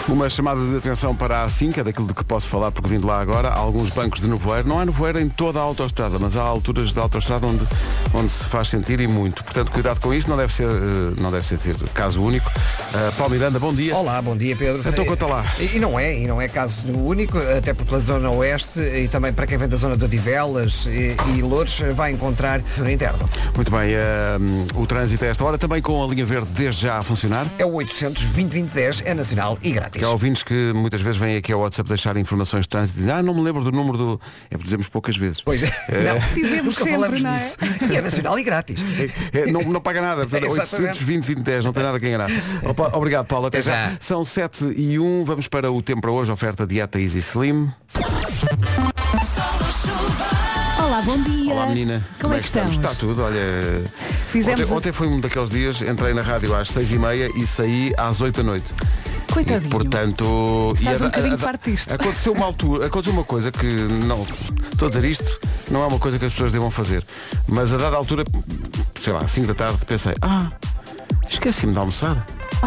Uma chamada de atenção para a A5, é daquilo de que posso falar porque vim de lá agora. Há alguns bancos de nevoeiro. Não há nevoeiro em toda a autoestrada, mas há alturas da autoestrada onde se faz sentir e muito. Portanto, cuidado com isso, não deve ser caso único. Paulo Miranda, bom dia. Olá, bom dia, Pedro. Então conta lá. E não é caso único, até porque pela zona oeste e também para quem vem da zona de Odivelas e Loures vai encontrar no interno. Muito bem, o trânsito a esta hora também com a linha verde desde já a funcionar. É o 800 2010, é nacional e grátis. Que há ouvintes que muitas vezes vêm aqui ao WhatsApp deixar informações de trânsito e dizem, não me lembro do número do... É porque dizemos poucas vezes. Pois é. Não, dizemos nunca sempre, falamos não é? disso. E é nacional e grátis. Não paga nada, portanto, 820 2010, não tem nada a enganar. Obrigado, Paulo, até já. São 7h01, vamos para o tempo para hoje, oferta dieta Easy Slim. Olá, bom dia. Olá, menina. Como é que estamos? Está tudo, olha. Ontem foi um daqueles dias, entrei na rádio às 6h30 e saí às 8 da noite. Coitadinho. E, portanto, estás um bocadinho farto disto. Aconteceu uma coisa que não. Estou a dizer isto, não é uma coisa que as pessoas devam fazer. Mas a dada altura, sei lá, 5 da tarde, pensei, esqueci-me de almoçar.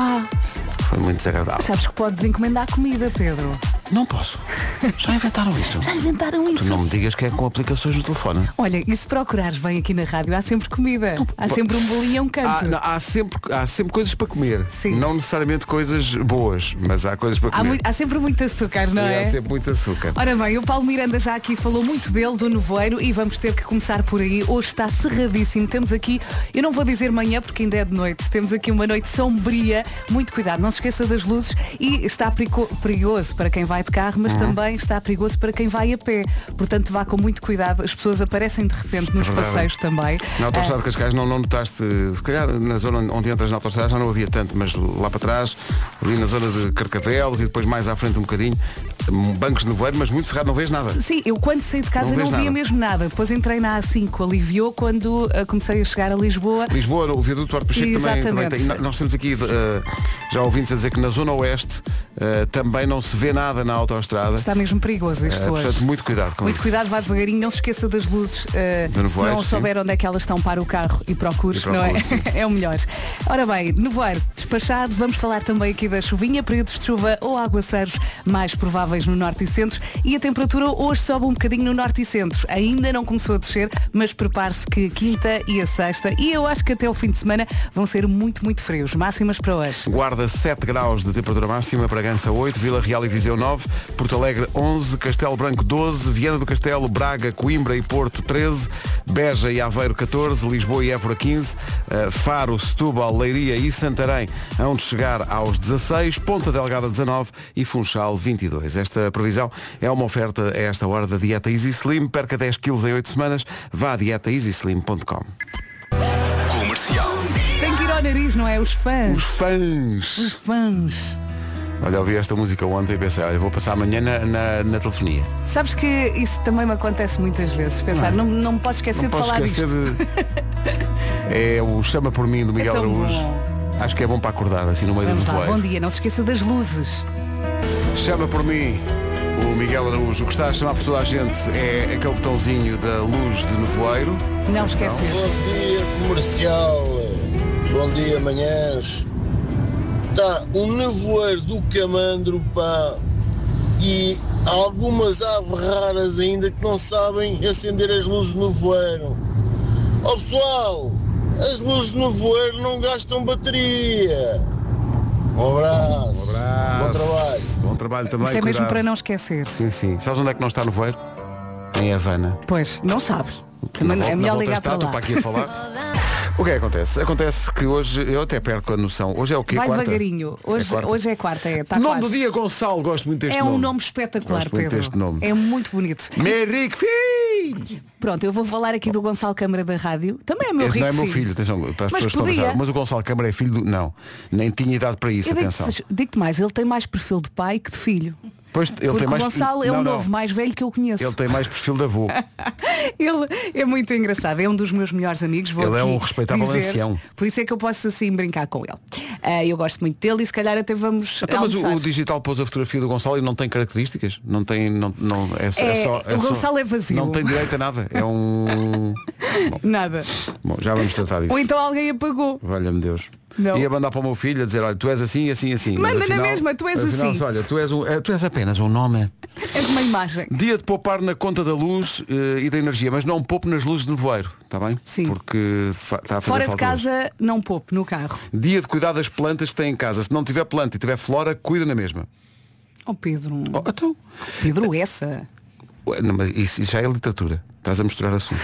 Foi muito desagradável. Sabes que podes encomendar comida, Pedro. Não posso. Já inventaram isso. Já inventaram isso. Tu não me digas que é com aplicações no telefone. Olha, e se procurares bem aqui na rádio, há sempre comida. Há sempre um bolinho e um canto. Há sempre coisas para comer. Sim. Não necessariamente coisas boas, mas há coisas para comer. Há sempre muito açúcar, não é? Há sempre muito açúcar. Ora bem, o Paulo Miranda já aqui falou muito dele, do nevoeiro, e vamos ter que começar por aí. Hoje está cerradíssimo. Temos aqui, eu não vou dizer manhã porque ainda é de noite, temos aqui uma noite sombria. Muito cuidado, não se esqueça das luzes, e está perigoso para quem vai de carro, mas também está perigoso para quem vai a pé. Portanto, vá com muito cuidado. As pessoas aparecem de repente nos passeios também. Na autoestrada de Cascais não notaste, se calhar na zona onde entras na autoestrada já não havia tanto, mas lá para trás, ali na zona de Carcavelos e depois mais à frente um bocadinho, bancos de nevoeiro, mas muito cerrado, não vês nada. Sim, eu quando saí de casa não via mesmo nada. Depois entrei na A5, aliviou quando comecei a chegar a Lisboa. Lisboa, o viaduto Duarte Pacheco também tem. Nós temos aqui já ouvintes a dizer que na zona oeste também não se vê nada na autoestrada. Está mesmo perigoso isto hoje. Portanto, muito cuidado com muito isso. Cuidado, vá devagarinho, não se esqueça das luzes. Se não souber onde é que elas estão, para o carro e procure, não é? É o melhor. Ora bem, nevoeiro despachado, vamos falar também aqui da chuvinha, períodos de chuva ou aguaceiros mais prováveis no norte e centro, e a temperatura hoje sobe um bocadinho no norte e centro. Ainda não começou a descer, mas prepare-se que a quinta e a sexta, e eu acho que até o fim de semana, vão ser muito, muito frios. Máximas para hoje. Guarda 7 graus de temperatura máxima, Bragança 8, Vila Real e Viseu 9, Porto Alegre 11, Castelo Branco 12, Viana do Castelo, Braga, Coimbra e Porto 13, Beja e Aveiro 14, Lisboa e Évora 15, Faro, Setúbal, Leiria e Santarém hão de chegar aos 16, Ponta Delgada 19 e Funchal 22. Esta previsão é uma oferta a esta hora da dieta Easy Slim. Perca 10 kg em 8 semanas. Vá a dietaeasyslim.com. Comercial. Tem que ir ao nariz, não é? Os fãs. Os fãs. Olha, ouvi esta música ontem e pensei, olha, vou passar amanhã na telefonia. Sabes que isso também me acontece muitas vezes. Pensar, não me podes esquecer de falar disto. É o Chama por Mim do Miguel Araújo. Acho que é bom para acordar assim no meio do nevoeiro. Bom dia, não se esqueça das luzes. Chama por Mim o Miguel Araújo. O que está a chamar por toda a gente é aquele botãozinho da luz de nevoeiro. Não esquecer. Bom dia, comercial. Bom dia, manhãs. Está um nevoeiro do camandro, pá, e há algumas aves raras ainda que não sabem acender as luzes do nevoeiro. Ó pessoal, as luzes do nevoeiro não gastam bateria. Um abraço. Bom trabalho. Bom trabalho também. Isto é mesmo para não esquecer. Sim, sim. Sabes onde é que não está nevoeiro? Em Havana. Pois, não sabes. Também é melhor ligar para lá. Estou para aqui a falar. O que é que acontece? Acontece que hoje eu até perco a noção. Hoje é o quê? Vai quarta? devagarinho. Hoje é quarta. Está nome quase. do dia, Gonçalo. Gosto muito deste nome. nome. É um nome espetacular, gosto muito Pedro. deste nome. É muito bonito. Meu rico filho! Pronto, eu vou falar aqui do Gonçalo Câmara da Rádio. Também é meu rico não é filho. meu filho, atenção, para as mas pessoas estão a pensar, mas o Gonçalo Câmara é filho do... Não, nem tinha idade para isso, atenção. Digo-te mais, ele tem mais perfil de pai que de filho. Pois, ele porque tem mais... o Gonçalo é o novo mais velho que eu conheço. Ele tem mais perfil de avô. Ele é muito engraçado, é um dos meus melhores amigos. Ele é um respeitável ancião. Por isso é que eu posso assim brincar com ele. Eu gosto muito dele e se calhar até vamos mas o digital pôs a fotografia do Gonçalo e não tem características? Não tem... o Gonçalo é vazio. Não tem direito a nada. É um... Nada. Bom, já vamos tratar disso. Ou então alguém apagou. Valha-me Deus. Não. Ia mandar para o meu filho a dizer, olha, tu és assim, assim, assim. Manda afinal, na mesma, tu és afinal, assim. Olha, tu és apenas um nome. És uma imagem. Dia de poupar na conta da luz e da energia, mas não poupe nas luzes de nevoeiro, está bem? Sim. Porque está a fazer Fora de falta casa, não poupe no carro. Dia de cuidar das plantas que tem em casa. Se não tiver planta e tiver flora, cuida na mesma. Oh Pedro. Então. Pedro, essa. Não, mas isso já é literatura. Estás a misturar assuntos.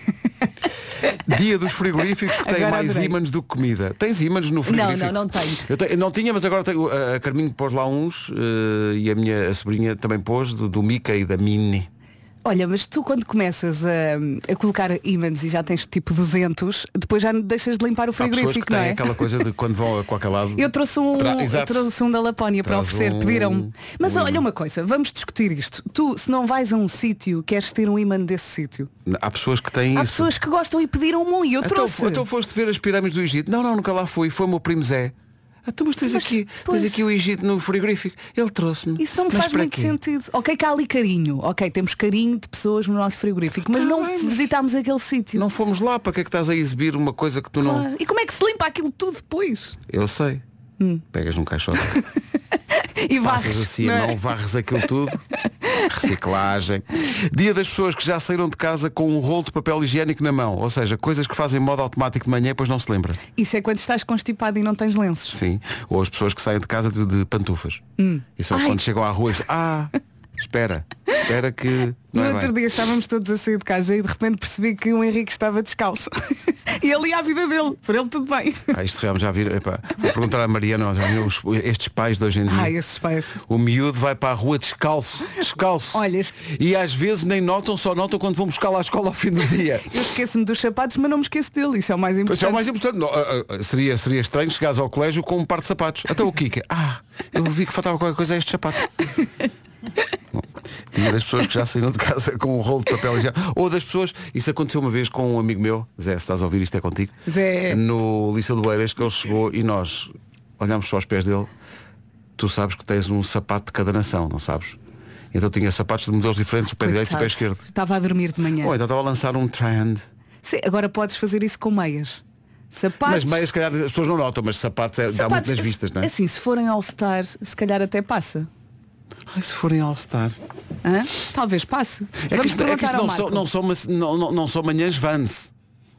Dia dos frigoríficos que têm Agora mais adorei. ímãs do que comida. Tens ímãs no frigorífico? Não tenho. Eu não tinha, mas agora tenho. A Carminho pôs lá uns e a sobrinha também pôs, do Mica e da Minnie. Olha, mas tu quando começas a colocar ímãs e já tens tipo 200, depois já deixas de limpar o Há pessoas frigorífico, que têm não é? aquela coisa de quando vão a qualquer lado. Eu trouxe um da Lapónia para Traz oferecer, pediram-me. Mas olha uma coisa, vamos discutir isto. Tu, se não vais a um sítio, queres ter um ímã desse sítio. Há pessoas que têm Há isso. pessoas que gostam e pediram-me um e eu trouxe. Então foste ver as pirâmides do Egito? Não, nunca lá fui. Foi o meu primo Zé. Então, mas tens aqui o Egito no frigorífico. Ele trouxe-me. Isso não me Mas faz para muito quê? sentido. Ok, que há ali carinho. Ok, temos carinho de pessoas no nosso frigorífico, mas não visitámos aquele sítio. Não fomos lá, para que é que estás a exibir uma coisa que tu não... Claro. E como é que se limpa aquilo tudo depois? Eu sei. Pegas num caixote, E passas varres, assim, não é? não varres aquilo tudo. Reciclagem. Dia das pessoas que já saíram de casa com um rolo de papel higiênico na mão. Ou seja, coisas que fazem modo automático de manhã e depois não se lembra. Isso é quando estás constipado e não tens lenços. Sim. Ou as pessoas que saem de casa de pantufas. E só quando chegam à rua espera que No não é outro bem. dia estávamos todos a sair de casa e de repente percebi que o Henrique estava descalço. E ele ia à vida dele. Por ele tudo bem. Isto realmente já viram. Epá, vou perguntar à Mariana, já viram estes pais de hoje em dia. Esses pais. O miúdo vai para a rua descalço. Olha, E às vezes nem notam, só notam quando vão buscar lá à escola ao fim do dia. eu esqueço-me dos sapatos, mas não me esqueço dele. Isso é o mais Isso importante. é o mais importante. Não, seria estranho chegares ao colégio com um par de sapatos. Até o Kika. Eu vi que faltava qualquer coisa a estes sapatos. Bom, dia das pessoas que já saíram de casa com um rolo de papel higiênico. Ou das pessoas, isso aconteceu uma vez com um amigo meu, Zé, se estás a ouvir, isto é contigo. Zé. No Liceu do Eiras, que ele chegou e nós olhámos só aos pés dele. Tu sabes que tens um sapato de cada nação, não sabes? Então tinha sapatos de modelos diferentes, o pé direito e o pé esquerdo. Estava a dormir de manhã. Ou então estava a lançar um trend. Sim, agora podes fazer isso com meias. Sapatos. Mas meias, se calhar, as pessoas não notam, mas sapatos dá muito nas vistas, não é? Assim, se forem All-Star, se calhar até passa. Se forem All-Star. Hã? Talvez passe. É que isto ao Marco. não são manhãs Vans.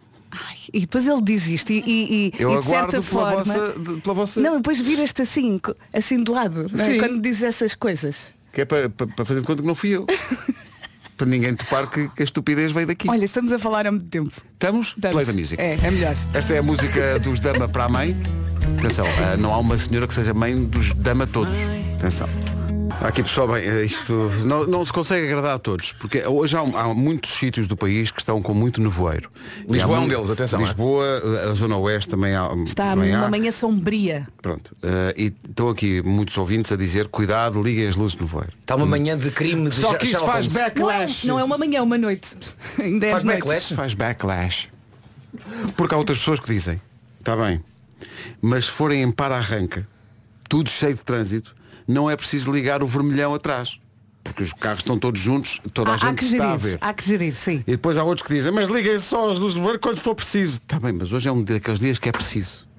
E depois ele diz isto e Eu de aguardo certa forma. pela vossa. Não, depois viras-te assim de lado, não é? Sim. Quando dizes essas coisas. Que é para fazer de conta que não fui eu. Para ninguém topar que a estupidez veio daqui. Olha, estamos a falar há muito tempo. Estamos? Play da music. É melhor. Esta é a música dos Dama para a mãe. Atenção, não há uma senhora que seja mãe dos Dama todos. Atenção. Aqui pessoal, bem, isto não se consegue agradar a todos, porque hoje há muitos sítios do país que estão com muito nevoeiro. Lisboa é um deles, atenção. Lisboa, a zona oeste também há. Está também uma há. manhã sombria. Pronto. E estão aqui muitos ouvintes a dizer, cuidado, liguem as luzes de nevoeiro. Está uma manhã de crime de Só que isto faz Sherlock Holmes. backlash. Não é uma manhã, uma noite. Ainda é Faz de noite. backlash? Faz backlash. Porque há outras pessoas que dizem, está bem, mas se forem em para-arranca, tudo cheio de trânsito, não é preciso ligar o vermelhão atrás. Porque os carros estão todos juntos, toda a Há gente que está gerir, a ver. há que gerir, sim. E depois há outros que dizem, mas liguem só as luzes de nevoeiro quando for preciso. Está bem, mas hoje é um daqueles dias que é preciso.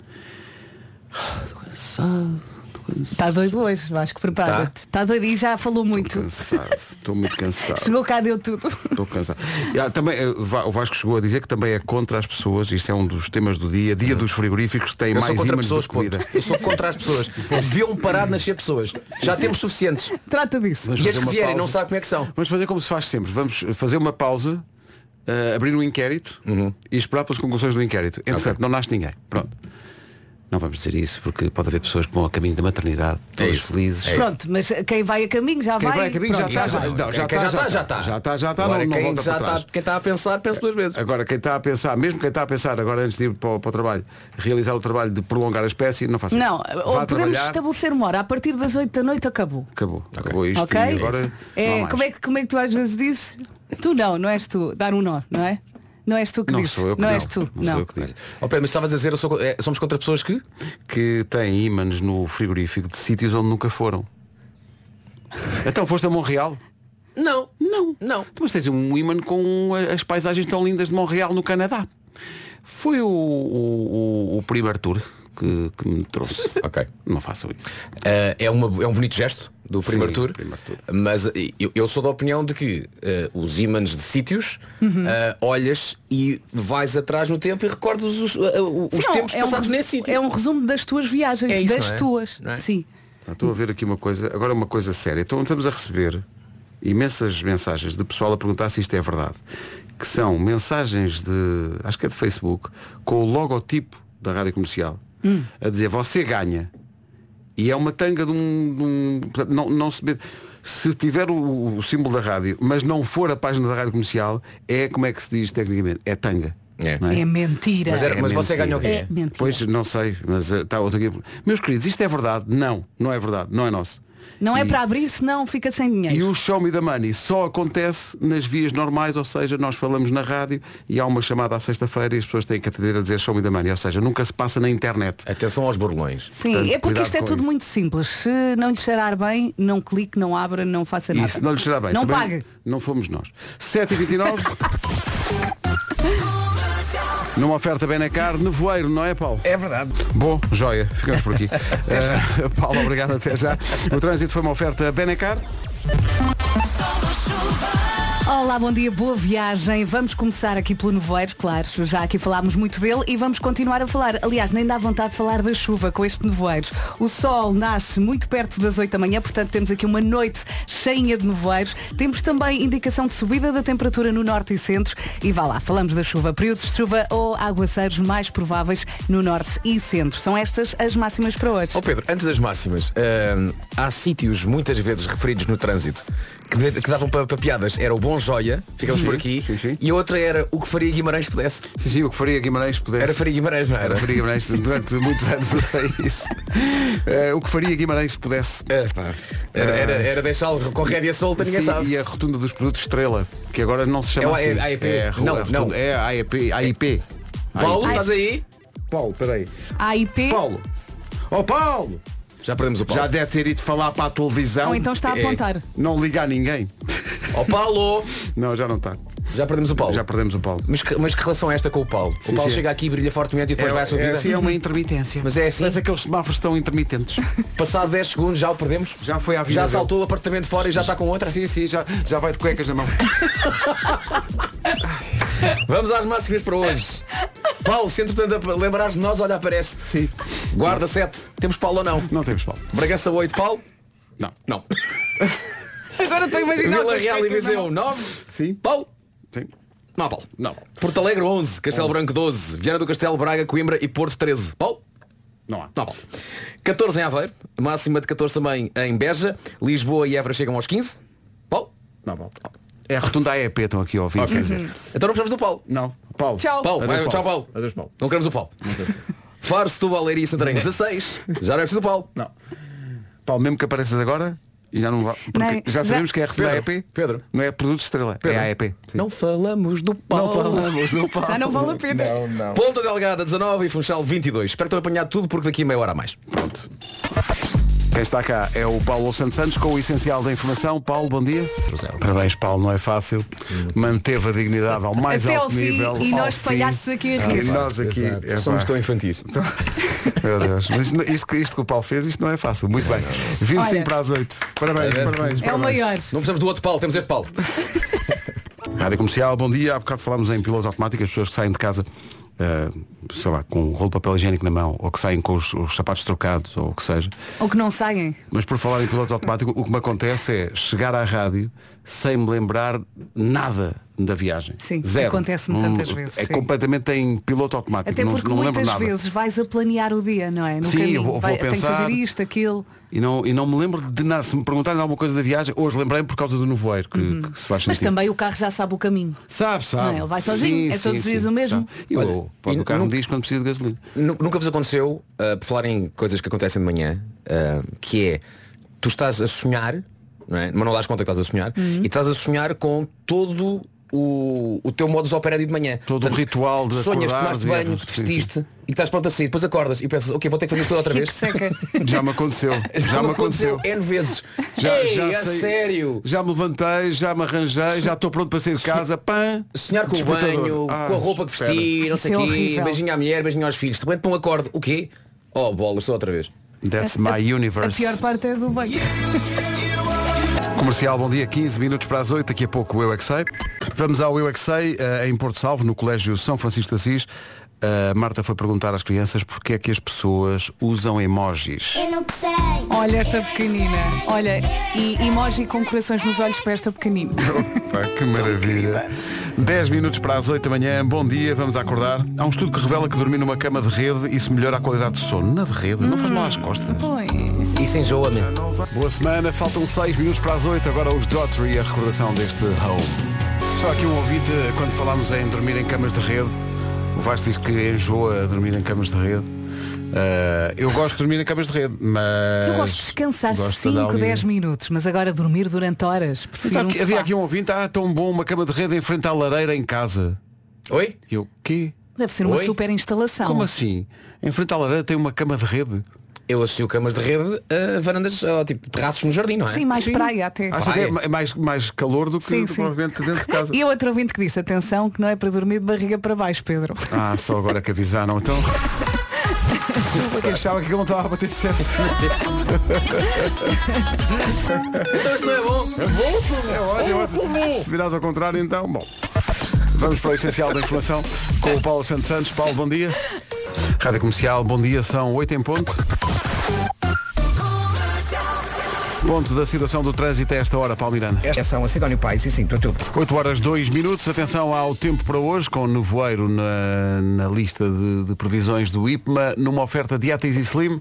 Estou cansado. Está doido hoje, Vasco, prepara-te. Está doido e já falou muito. Estou muito cansado. Chegou cá, deu tudo. Estou cansado. Também, o Vasco chegou a dizer que também é contra as pessoas, isto é um dos temas do dia, dia dos frigoríficos que têm Eu mais sou contra ímãs pessoas, de comida. ponto. Eu sou contra as pessoas. Deviam parar de nascer pessoas. Já temos suficientes. Trata disso. Vamos E as fazer que uma vierem pausa. não sabem como é que são. Vamos fazer como se faz sempre. Vamos fazer uma pausa, abrir um inquérito e esperar pelas conclusões do inquérito. Entretanto, não nasce ninguém. Pronto. Não vamos dizer isso, porque pode haver pessoas que vão a caminho da maternidade, todas isso. felizes. Pronto, mas quem vai a caminho já Quem vai. vai a caminho já Pronto, está. vai. Não, Quem já está. não Agora, quem volta já para trás. está, quem está a pensar, pensa duas vezes. Agora quem está a pensar, mesmo quem está a pensar agora antes de ir para o trabalho, realizar o trabalho de prolongar a espécie, não faça Não, isso. ou Vá podemos trabalhar. estabelecer uma hora. A partir das 8 da noite acabou. Acabou isto Ok? e agora não há mais. Como é que tu às vezes dizes? Tu não és tu. Dar um nó, não é? Não és tu que Não dizes. sou eu que não não. és tu. Não sou eu que digo. Ó Pedro, mas estavas a dizer, somos contra pessoas que? Que têm ímãs no frigorífico de sítios onde nunca foram. Então foste a Montreal? Não. Então, mas tens um ímã com as paisagens tão lindas de Montreal no Canadá. Foi o primo Arthur que me trouxe. Ok. Não façam isso. É um bonito gesto do primeiro tour, mas eu sou da opinião de que os ímãs de sítios olhas e vais atrás no tempo e recordas os tempos passados nesse sítio. É um resumo das tuas viagens, das tuas. Não é? Sim. Estou a ver aqui uma coisa, agora uma coisa séria. Então estamos a receber imensas mensagens de pessoal a perguntar se isto é verdade. Que são mensagens acho que é de Facebook, com o logotipo da Rádio Comercial, a dizer você ganha. E é uma tanga de não se tiver o símbolo da rádio, mas não for a página da Rádio Comercial, como é que se diz tecnicamente? É tanga. Não é? É mentira. Mas você ganha o quê? É mentira. Pois não sei, mas está outro aqui. Meus queridos, isto é verdade? Não é verdade, não é nosso. Não é para abrir, senão fica sem dinheiro. E o Show Me the Money só acontece nas vias normais, ou seja, nós falamos na rádio e há uma chamada à sexta-feira e as pessoas têm que atender a dizer Show Me the Money, ou seja, nunca se passa na internet. Atenção aos borlões. Sim, portanto, é porque isto é tudo muito simples. Se não lhe cheirar bem, não clique, não abra, não faça nada. E se não lhe cheirar bem, não pague. Não fomos nós. 7h29. Numa oferta Benacar, nevoeiro, não é, Paulo? É verdade. Bom, joia, ficamos por aqui. Paulo, obrigado, até já. O trânsito foi uma oferta Benacar. Olá, bom dia, boa viagem. Vamos começar aqui pelo nevoeiro, claro, já aqui falámos muito dele e vamos continuar a falar. Aliás, nem dá vontade de falar da chuva com este nevoeiro. O sol nasce muito perto das 8 da manhã, portanto temos aqui uma noite cheia de nevoeiros. Temos também indicação de subida da temperatura no norte e centro. E vá lá, falamos da chuva. Períodos de chuva ou aguaceiros mais prováveis no norte e centro. São estas as máximas para hoje. Pedro, antes das máximas, há sítios muitas vezes referidos no trânsito que davam para piadas. Era o Bom Joia, ficamos por aqui. Sim. E a outra era o que faria Guimarães pudesse. Sim, o que faria Guimarães pudesse. Era Faria Guimarães, não era? Era Faria Guimarães, durante muitos anos usei isso. O que faria Guimarães se pudesse. Era deixá-lo com rédea solta, ninguém sabe. E a rotunda dos produtos Estrela, que agora não se chama assim. É AEP. Não. É AIP. Paulo, estás aí? Paulo, peraí. AIP. Paulo. Paulo! Já perdemos o Paulo. Já deve ter ido falar para a televisão. Ou então está a apontar. Não liga a ninguém. Paulo! Não, já não está. Já perdemos o Paulo. Já perdemos o Paulo. Mas que relação é esta com o Paulo? Sim, o Paulo sim. chega aqui, brilha fortemente e depois vai à sua vida? Assim, é uma intermitência. Mas é assim. Mas aqueles semáforos estão intermitentes. Passado 10 segundos já o perdemos? Já foi à vida. Já saltou o apartamento fora e já está com outra? Sim, já vai de cuecas na mão. Vamos às máximas para hoje. Paulo, se entretanto lembrares de nós, olha, aparece. Sim. Guarda 7. Temos Paulo ou não? Não temos Paulo. Bragança 8, Paulo? Não. Agora estou a imaginar. Vila Real e Viseu 9. Sim. Paulo? Sim. Não, Paulo. Não. Porto Alegre 11, Castelo Branco 12, Viana do Castelo, Braga, Coimbra e Porto 13. Paulo? Não há. Não, Paulo. 14 em Aveiro, máxima de 14 também em Beja, Lisboa e Évora chegam aos 15. Paulo? Não, Paulo. É a rotunda AEP, estão aqui a ouvir. Okay. Então não precisamos do Paulo. Não. Paulo. Tchau. Paulo. Adeus, Tchau, Paulo. Adeus, Paulo. Não queremos o Paulo. Faro, Setúbal, Leiria e Santarém 16. Já não é preciso do Paulo. Não. Paulo, mesmo que apareças agora, e já não vai. Porque já sabemos que é a rotunda AEP. Pedro. Não é produto Estrela. Pedro. É AEP. Sim. Não falamos do Paulo. Não falamos do Paulo. Já não vale a pena. Não. Ponta Delgada 19 e Funchal 22. Espero que tenham apanhado tudo porque daqui a meia hora a mais. Pronto. Quem está cá é o Paulo Santos com o essencial da informação. Paulo, bom dia. Parabéns, Paulo, não é fácil. Manteve a dignidade ao mais Até alto ao fim, nível. e nós palhaços aqui a rir. E nós aqui. Somos tão infantis. Meu Deus, mas isto que o Paulo fez, isto não é fácil. Muito bem. 25 Olha, para as 8. Parabéns. É o maior. Não precisamos do outro Paulo, temos este Paulo. Rádio Comercial, bom dia. Há bocado falámos em piloto automático, as pessoas que saem de casa, sei lá, com um rolo de papel higiênico na mão, ou que saem com os sapatos trocados, ou o que seja. Ou que não saem. Mas por falar em piloto automático, o que me acontece é chegar à rádio sem me lembrar nada da viagem. Sim, Zero. acontece-me tantas vezes. É sim. completamente em piloto automático. Até porque não lembro muitas nada. vezes vais a planear o dia, não é? No Sim, caminho. eu vou Tenho que pensar. fazer isto, aquilo. E não me lembro de nada. Se me perguntarem alguma coisa da viagem, hoje lembrei-me por causa do nevoeiro, que se faz Mas sentido. também o carro já sabe o caminho. Sabe. Não é? Ele vai sozinho, é todos os dias o mesmo. E Olha, o próprio carro me diz quando precisa de gasolina. Nunca vos aconteceu, por falar em coisas que acontecem de manhã, que é, tu estás a sonhar, não é? Mas não dás conta que estás a sonhar, e estás a sonhar com todo o teu modus operandi de manhã. Todo o ritual de sonhas que acordares tomaste banho, que te sim, vestiste e que estás pronto a sair, depois acordas e pensas, ok, vou ter que fazer isto outra vez. Que seca. Já me aconteceu. Já me aconteceu. N vezes. Já a sei- sério. Já me levantei, já me arranjei, já estou pronto para sair de casa. Pã, Sonhar com o despertador. banho, com a roupa que espera. vesti, não sei Isso o é quê, horrível. beijinho à mulher, beijinho aos filhos. De repente para um acorde, o quê? Oh, bola, estou outra vez. That's my universe. A pior parte é do banho. Comercial, bom dia, 15 minutos para as 8, daqui a pouco o Eu é que Sei. Vamos ao Eu é que Sei, em Porto Salvo, no Colégio São Francisco de Assis. A Marta foi perguntar às crianças porque é que as pessoas usam emojis. Eu não sei. Olha esta pequenina. Olha, e emoji com corações nos olhos para esta pequenina. Opa, que maravilha. 10 minutos para as 8 da manhã, bom dia, vamos acordar. Há um estudo que revela que dormir numa cama de rede, isso melhora a qualidade do sono. Na de rede? Não faz mal às costas. Isso enjoa-me. Boa semana, faltam 6 minutos para as 8, agora os Daughtry e a recordação deste Home. Só aqui um ouvinte, quando falámos em dormir em camas de rede, o Vasco diz que enjoa dormir em camas de rede. Eu gosto de dormir em camas de rede, mas... Eu gosto de descansar 5, 10 minutos, mas agora dormir durante horas. Havia aqui um ouvinte, tão bom uma cama de rede em frente à lareira em casa. Oi? Eu, quê? Deve ser uma super instalação. Como assim? Em frente à lareira tem uma cama de rede? Eu associo camas de rede a varandas, tipo terraços no jardim, não é? Sim, mais praia até. Acho que é mais calor do que provavelmente dentro de casa. E outro ouvinte que disse, atenção, que não é para dormir de barriga para baixo, Pedro. Só agora que avisaram, então... Eu achava que ele não estava a bater certo. Então isto não é bom. É bom? É ótimo. Se virás ao contrário, então, bom. Vamos para o essencial da informação com o Paulo Santos. Paulo, bom dia. Rádio Comercial, bom dia, são 8 em ponto. Ponto da situação do trânsito a esta hora, Paulo Miranda. Esta são a Sidónio Pais e sim, tudo. 8 horas 2 minutos, atenção ao tempo para hoje, com nevoeiro na lista de previsões do IPMA, numa oferta Dieta Easy Slim.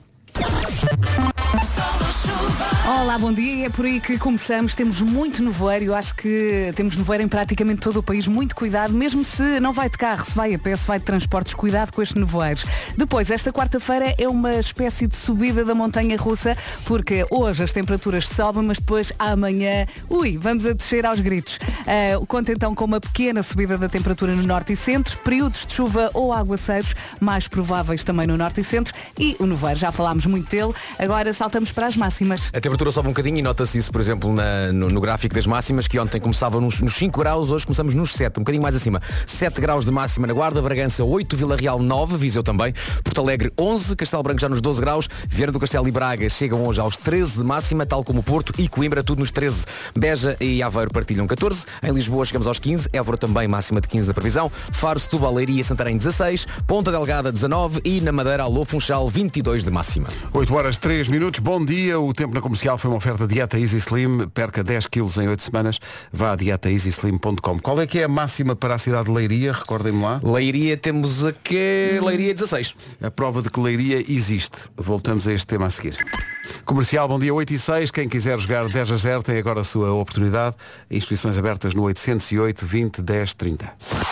Olá, bom dia. É por aí que começamos. Temos muito nevoeiro. Eu acho que temos nevoeiro em praticamente todo o país. Muito cuidado, mesmo se não vai de carro, se vai a pé, se vai de transportes, cuidado com estes nevoeiros. Depois, esta quarta-feira é uma espécie de subida da montanha russa, porque hoje as temperaturas sobem, mas depois amanhã, vamos a descer aos gritos. Conta então com uma pequena subida da temperatura no norte e centro, períodos de chuva ou aguaceiros mais prováveis também no norte e centro, e o nevoeiro, já falámos muito dele. Agora saltamos para as máximas. A temperatura sobe um bocadinho e nota-se isso, por exemplo, no gráfico das máximas, que ontem começava nos 5 graus, hoje começamos nos 7, um bocadinho mais acima. 7 graus de máxima na Guarda, Bragança 8, Vila Real 9, Viseu também, Porto Alegre 11, Castelo Branco já nos 12 graus, Viana do Castelo e Braga chegam hoje aos 13 de máxima, tal como Porto e Coimbra, tudo nos 13. Beja e Aveiro partilham 14, em Lisboa chegamos aos 15, Évora também máxima de 15 da previsão, Faro, Setúbal, Leiria e Santarém 16, Ponta Delgada 19 e na Madeira, Alô, Funchal 22 de máxima. 8 horas 3 minutos, bom dia, o tempo na Comercial foi uma oferta Dieta Easy Slim, perca 10 quilos em 8 semanas, vá a dietaeasyslim.com. Qual é que é a máxima para a cidade de Leiria? Recordem-me lá. Leiria, temos aqui Leiria 16. A prova de que Leiria existe. Voltamos a este tema a seguir. Comercial, bom dia, 8 e 6. Quem quiser jogar 10-0 tem agora a sua oportunidade. Inscrições abertas no 808 20 10 30.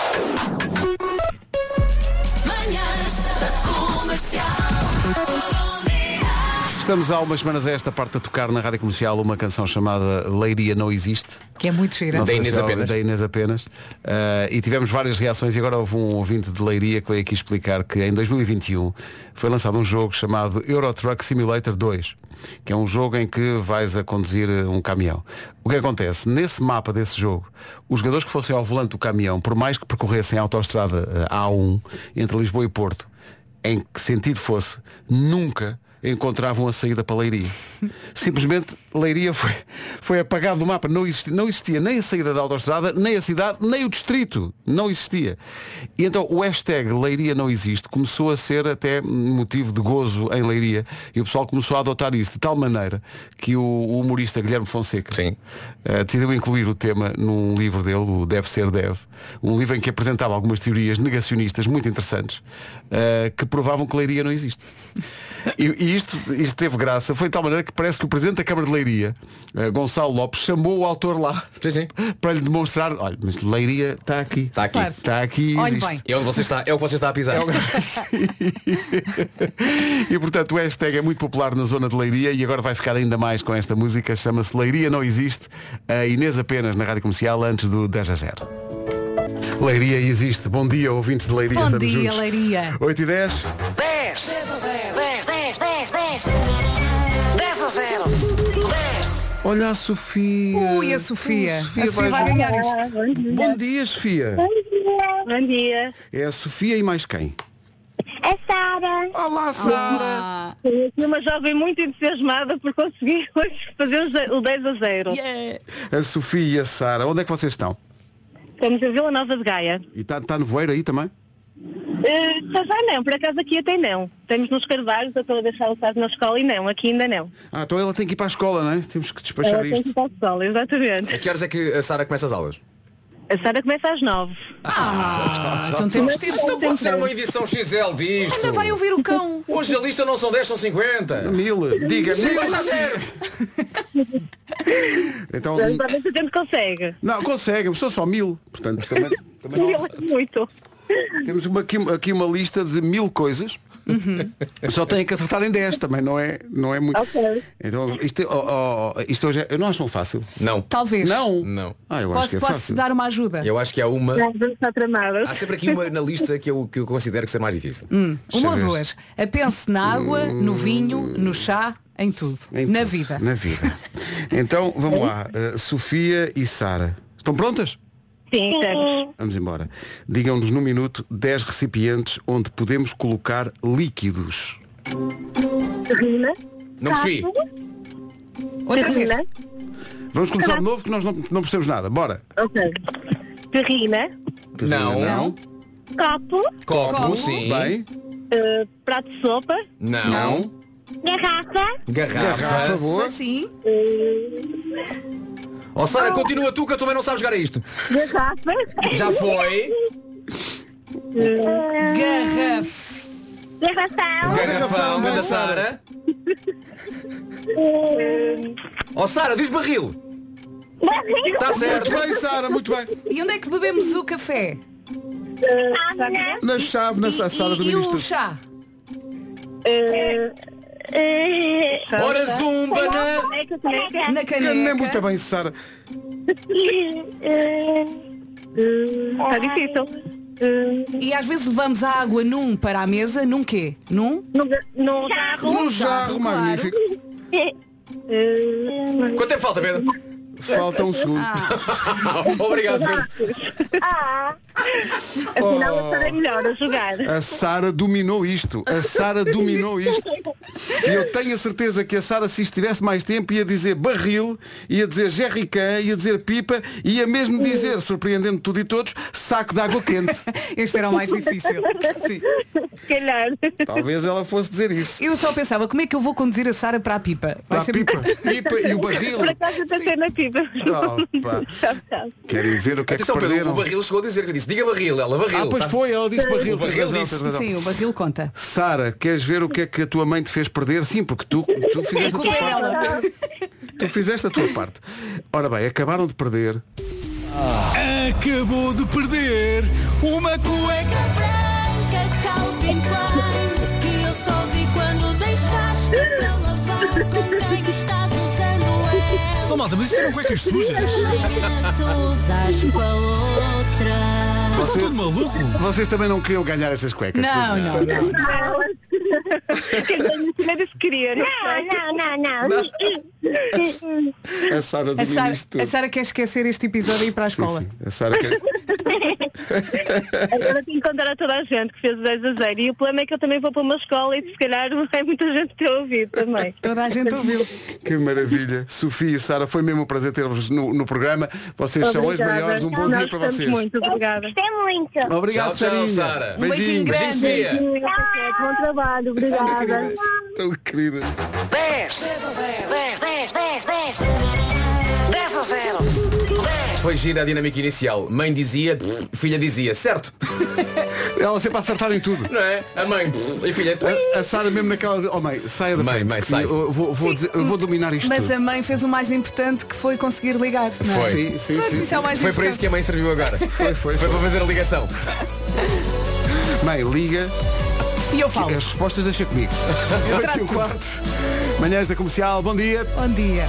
Estamos há umas semanas a esta parte a tocar na Rádio Comercial uma canção chamada Leiria Não Existe. Que é muito cheira. Da Inês apenas. Da Inês apenas. E tivemos várias reações e agora houve um ouvinte de Leiria que veio aqui explicar que em 2021 foi lançado um jogo chamado Euro Truck Simulator 2, que é um jogo em que vais a conduzir um caminhão. O que acontece? Nesse mapa desse jogo, os jogadores que fossem ao volante do caminhão, por mais que percorressem a autoestrada A1 entre Lisboa e Porto, em que sentido fosse, nunca encontravam a saída para Leiria. Simplesmente Leiria foi apagado do mapa. Não existia nem a saída da autoestrada, nem a cidade, nem o distrito. Não existia. E então o hashtag Leiria Não Existe começou a ser até motivo de gozo em Leiria. E o pessoal começou a adotar isso de tal maneira que o humorista Guilherme Fonseca decidiu incluir o tema num livro dele, o Deve Ser Deve. Um livro em que apresentava algumas teorias negacionistas muito interessantes que provavam que Leiria não existe. E isto teve graça. Foi de tal maneira que parece que o Presidente da Câmara de Leiria, Gonçalo Lopes, chamou o autor lá para lhe demonstrar, olha, mas Leiria está aqui. Está aqui. Claro. Está aqui. Bem. É onde você está, é o que você está a pisar. E portanto o hashtag é muito popular na zona de Leiria e agora vai ficar ainda mais com esta música. Chama-se Leiria Não Existe. A Inês apenas na Rádio Comercial antes do 10-0. Leiria existe. Bom dia, ouvintes de Leiria. Bom Estamos dia, juntos. Leiria. 8 e 10. 10 a 0. 10. Olha a Sofia. Ui, a Sofia. A Sofia vai jogar. ganhar isto. Bom dia, Sofia. Bom dia. É a Sofia e mais quem? É Sara. Olá, Sara. Sou uma jovem muito entusiasmada por conseguir hoje fazer o 10-0. Yeah. A Sofia e a Sara, onde é que vocês estão? Estamos em Vila Nova de Gaia. E está nevoeiro aí também? Já não, por acaso aqui até não. Estamos nos Carvalhos, eu estou a deixar o Sara na escola e não, aqui ainda não. Então ela tem que ir para a escola, não é? Temos que despachar Tem que isto. ir para a escola, exatamente. A que horas é que a Sara começa as aulas? A Sara começa às 9. Então temos tempo. Então pode ser uma edição XL disto. Ainda vai ouvir o cão. Hoje a lista não são 10, são 50. 1000, diga 1000. Então, Para ver se a gente consegue. não, consegue, são só 1000. Portanto, também Muito. temos aqui uma lista de 1000 coisas. Só têm que acertar em 10 também, não é muito. Ok. Então, isto hoje eu não acho tão fácil. Não. Talvez. Não? Não. Eu acho que é Posso fácil. dar uma ajuda? Eu acho que há uma. Já vamos estar tramadas. Há sempre aqui uma na lista que eu considero que ser mais difícil. Uma ou ver. duas. Pense na água, no vinho, no chá, em tudo. Em Na tudo. vida. Na vida. Então, vamos lá. Sofia e Sara. Estão prontas? Sim, estamos. Vamos embora. Digam-nos no minuto 10 recipientes onde podemos colocar líquidos. Terrina. Não percebi. Outra vez. Terrina. Vamos começar de novo que nós não percebemos nada. Bora. Ok. Terrina. Não. Copo. Copo, sim. Bem. Prato de sopa. Não. Garrafa. Garrafa. Por favor. Assim. Ó Sara, continua tu que eu também não sabes jogar a isto. Garrafa. Já foi. Garrafão. Garrafão, da Sara. Ó Sara, diz barril. Está certo. Muito bem, Sara, muito bem. E onde é que bebemos o café? Na chave, na Sara do E o ministro. chá? Ora zumba na... Na Que nem muito caneca. bem, Sara. Está difícil. E às vezes levamos a água num para a mesa, num quê? Num? No jarro. No jarro, claro. magnífico. Quanto tempo falta, Pedro? Falta um segundo. Obrigado, Pedro. Afinal, eu serei melhor a jogar. A Sara dominou isto. A Sara dominou isto. E eu tenho a certeza que a Sara, se estivesse mais tempo, ia dizer barril, ia dizer jerrycan, ia dizer pipa, ia mesmo dizer, surpreendendo tudo e todos, saco de água quente. Este era o mais difícil. Sim. Se calhar. Talvez ela fosse dizer isso. Eu só pensava, como é que eu vou conduzir a Sara para a pipa? Para a pipa. Pipa e o barril. Por acaso eu pensei na pipa. Opa. Querem ver o que Atenção, é que Pedro, perderam? o barril chegou a dizer que eu disse, diga barril, ela barril. Pois foi, ela disse barril. O barril Tens razão, disse. tens razão. Sim, o barril conta. Sara, queres ver o que é que a tua mãe te fez perder? Sim, porque tu fizeste a tua parte. Tu fizeste a tua parte. Ora bem, acabaram de perder. Acabou de perder uma cueca branca Calvin Klein que eu só vi quando deixaste para lavar com quem estás usando ela. Oh, malta, mas isto eram cuecas sujas. Tu usaste com a outra. Mas está tudo maluco. Vocês também não queriam ganhar essas cuecas? Não, pois não, não. Quem disse que queria, não A Sara domina isto tudo. A Sara quer esquecer este episódio e ir para a Sim, escola. sim. A Sara quer... Agora tenho que contar a toda a gente que fez o 10-0. E o problema é que eu também vou para uma escola e se calhar não é muita gente ter ouvido também. Toda a gente ouviu. Que maravilha. Sofia e Sara, foi mesmo um prazer ter-vos no programa. Vocês são as maiores. Um bom dia para vocês. Muito obrigada. Gostei muito. Obrigado, Tchau, tchau, Sarinha. Sara. Um beijinho grande. Sofia. Bom trabalho, obrigada. Tão querida. 10, 10-0. 10. Foi gira a dinâmica inicial. Mãe dizia, filha dizia, certo? Ela sempre a acertar em tudo. Não é? A mãe e a filha. A Sara mesmo naquela de, oh mãe, saia da Mãe, frente. mãe, sai. Eu vou dominar isto Mas tudo. a mãe fez o mais importante, que foi conseguir ligar. Não é? Foi. Sim, sim, Pronto, sim, isso é o mais Foi para isso importante. que a mãe serviu agora. Foi. Foi para fazer a ligação. Mãe, liga. E eu falo. As respostas deixa comigo. trato 8h04. Manhãs da Comercial, bom dia. Bom dia.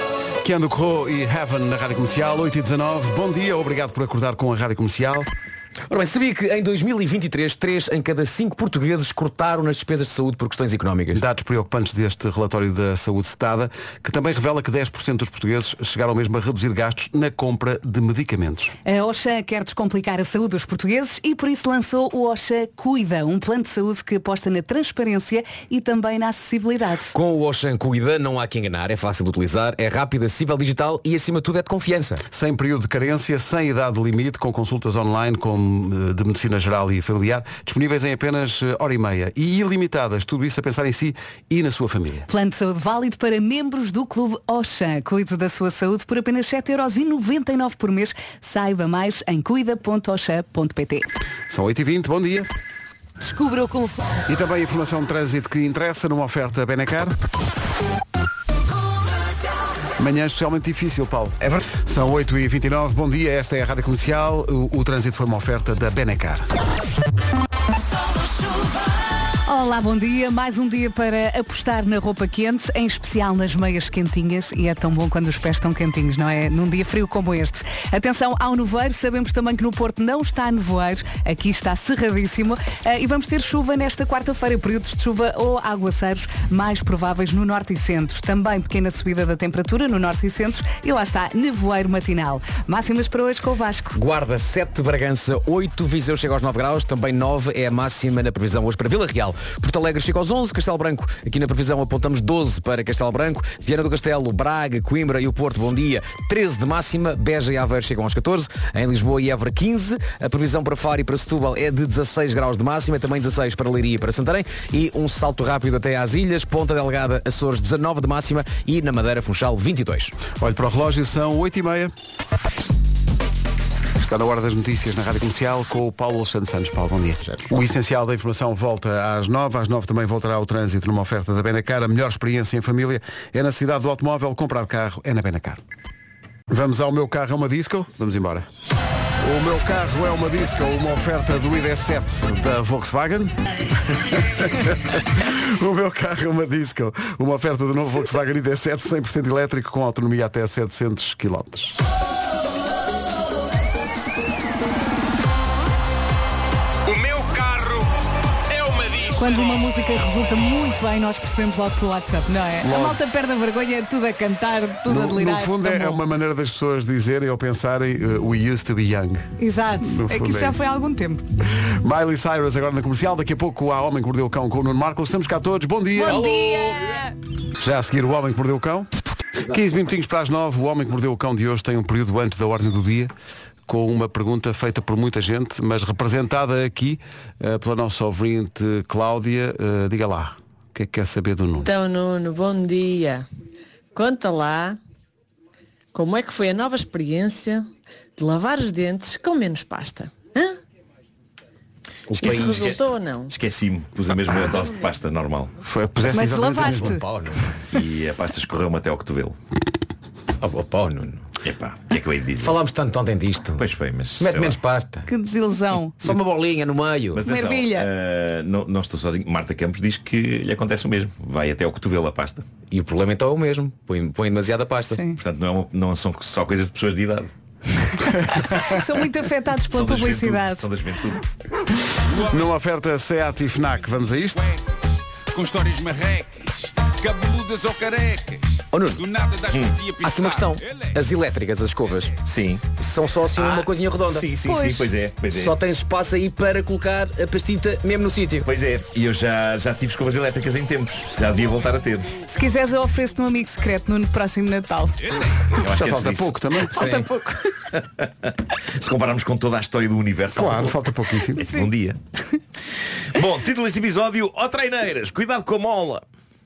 Keanu Corro e Heaven na Rádio Comercial, 8h19. Bom dia, obrigado por acordar com a Rádio Comercial. Ora bem, sabia que em 2023 3 em cada 5 portugueses cortaram nas despesas de saúde por questões económicas? Dados preocupantes deste relatório da Saúde Cetada, que também revela que 10% dos portugueses chegaram mesmo a reduzir gastos na compra de medicamentos. A Auchan quer descomplicar a saúde dos portugueses e por isso lançou o Auchan Cuida, um plano de saúde que aposta na transparência e também na acessibilidade. Com o Auchan Cuida não há que enganar, é fácil de utilizar, é rápido, acessível, digital e acima de tudo é de confiança. Sem período de carência, sem idade limite, com consultas online de medicina geral e familiar, disponíveis em apenas hora e meia e ilimitadas, tudo isso a pensar em si e na sua família. Plano de saúde válido para membros do Clube Auchan. Cuide da sua saúde por apenas 7,99€ por mês. Saiba mais em cuida.auchan.pt. São 8h20, bom dia. Descubra o conforto. E também a informação de trânsito que interessa numa oferta Benacar. Manhã especialmente difícil, Paulo. É verdade. São 8h29, bom dia, esta é a Rádio Comercial. O trânsito foi uma oferta da Benacar. Olá, bom dia. Mais um dia para apostar na roupa quente, em especial nas meias quentinhas. E é tão bom quando os pés estão quentinhos, não é? Num dia frio como este. Atenção ao nevoeiro. Sabemos também que no Porto não está nevoeiro. Aqui está cerradíssimo. E vamos ter chuva nesta quarta-feira. Períodos de chuva ou aguaceiros mais prováveis no norte e centro. Também pequena subida da temperatura no norte e centro. E lá está, nevoeiro matinal. Máximas para hoje com o Vasco. Guarda 7, Bragança 8, Viseu chega aos 9 graus. Também 9 é a máxima na previsão hoje para Vila Real. Porto Alegre chega aos 11, Castelo Branco, aqui na previsão apontamos 12 para Castelo Branco, Viana do Castelo, Braga, Coimbra e o Porto, bom dia, 13 de máxima, Beja e Aveiro chegam aos 14, em Lisboa e Évora 15, a previsão para Faro e para Setúbal é de 16 graus de máxima, também 16 para Leiria e para Santarém e um salto rápido até às ilhas, Ponta Delgada, Açores 19 de máxima e na Madeira, Funchal 22. Olhe para o relógio, são 8h30. Está na hora das notícias na Rádio Comercial com o Paulo Alexandre Santos. Paulo, bom dia. O essencial da informação volta às 9. Às 9 também voltará o trânsito numa oferta da Benacar. A melhor experiência em família é na cidade do automóvel. Comprar carro é na Benacar. Vamos ao Meu Carro é uma Disco. Vamos embora. O Meu Carro é uma Disco, uma oferta do ID7 da Volkswagen. O Meu Carro é uma Disco, uma oferta do novo Volkswagen ID7 100% elétrico com autonomia até 700 km. Quando uma música resulta muito bem, nós percebemos logo pelo WhatsApp, não é? Logo. A malta perde a vergonha, tudo a cantar, tudo a delirar. No fundo é uma maneira das pessoas dizerem ou pensarem we used to be young. Exato, é que isso já foi há algum tempo. Miley Cyrus agora na Comercial, daqui a pouco há Homem que Mordeu o Cão com o Nuno Marcos. Estamos cá todos, bom dia! Bom dia! Já a seguir o Homem que Mordeu o Cão. 15 minutinhos para as 9, o Homem que Mordeu o Cão de hoje tem um período antes da ordem do dia, com uma pergunta feita por muita gente, mas representada aqui pela nossa ouvinte Cláudia. Diga lá, o que é que quer saber do Nuno? Então, Nuno, bom dia. Conta lá como é que foi a nova experiência de lavar os dentes com menos pasta. Hã? Isso resultou ou não? Esqueci-me, pus a mesma dose de pasta normal. Mas lavaste. E a pasta escorreu-me até ao cotovelo. Pau, Nuno. Epá, o que é que eu ia dizer? Falámos tanto ontem disto. Pois foi, mas... Mete menos pasta. Que desilusão. Só uma bolinha no meio. Mas atenção, não estou sozinho. Marta Campos diz que lhe acontece o mesmo. Vai até ao cotovelo a pasta. E o problema então é o mesmo. Põe demasiada pasta. Sim. Portanto, não são só coisas de pessoas de idade. São muito afetados pela publicidade. São da juventude. Numa oferta SEAT e FNAC, vamos a isto? Com histórias marrecas, cabeludas ou carecas. Oh, Nuno, há aqui uma questão. As elétricas, as escovas, sim, são só assim uma coisinha redonda. Sim, pois é. Só tens espaço aí para colocar a pastita mesmo no sítio. Pois é, e eu já tive escovas elétricas em tempos. Já devia voltar a ter. Se quiseres eu ofereço-te um amigo secreto no próximo Natal. Eu acho já que falta pouco também. Falta pouco. Se compararmos com toda a história do universo, claro, falta pouquíssimo. Um dia. Bom, título deste episódio: ó treineiras, cuidado com a mola.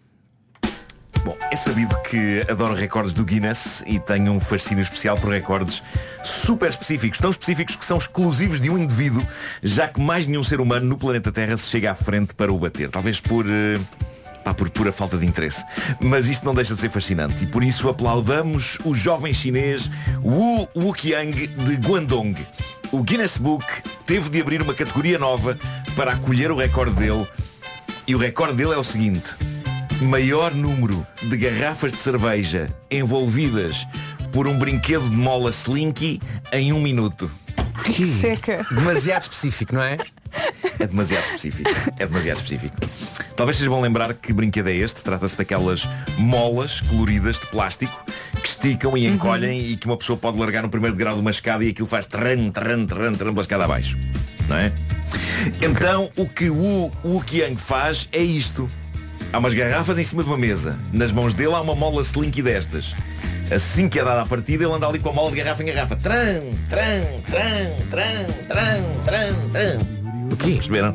Bom, é sabido que adoro recordes do Guinness e tenho um fascínio especial por recordes super específicos, tão específicos que são exclusivos de um indivíduo, já que mais nenhum ser humano no planeta Terra se chega à frente para o bater. Talvez por pura falta de interesse. Mas isto não deixa de ser fascinante e por isso aplaudamos o jovem chinês Wu Wuqiang de Guangdong. O Guinness Book teve de abrir uma categoria nova para acolher o recorde dele e o recorde dele é o seguinte: maior número de garrafas de cerveja envolvidas por um brinquedo de mola Slinky em 1 minuto. Que seca. Demasiado específico, não é? É demasiado específico. É demasiado específico. Talvez seja bom lembrar que brinquedo é este. Trata-se daquelas molas coloridas de plástico que esticam e encolhem e que uma pessoa pode largar no primeiro grau de uma escada e aquilo faz tran pela escada abaixo. Não é? Então o que o Wookiang faz é isto. Há umas garrafas em cima de uma mesa. Nas mãos dele há uma mola slinky destas. Assim que é dada a partida, ele anda ali com a mola de garrafa em garrafa. Tran. O quê? Perceberam?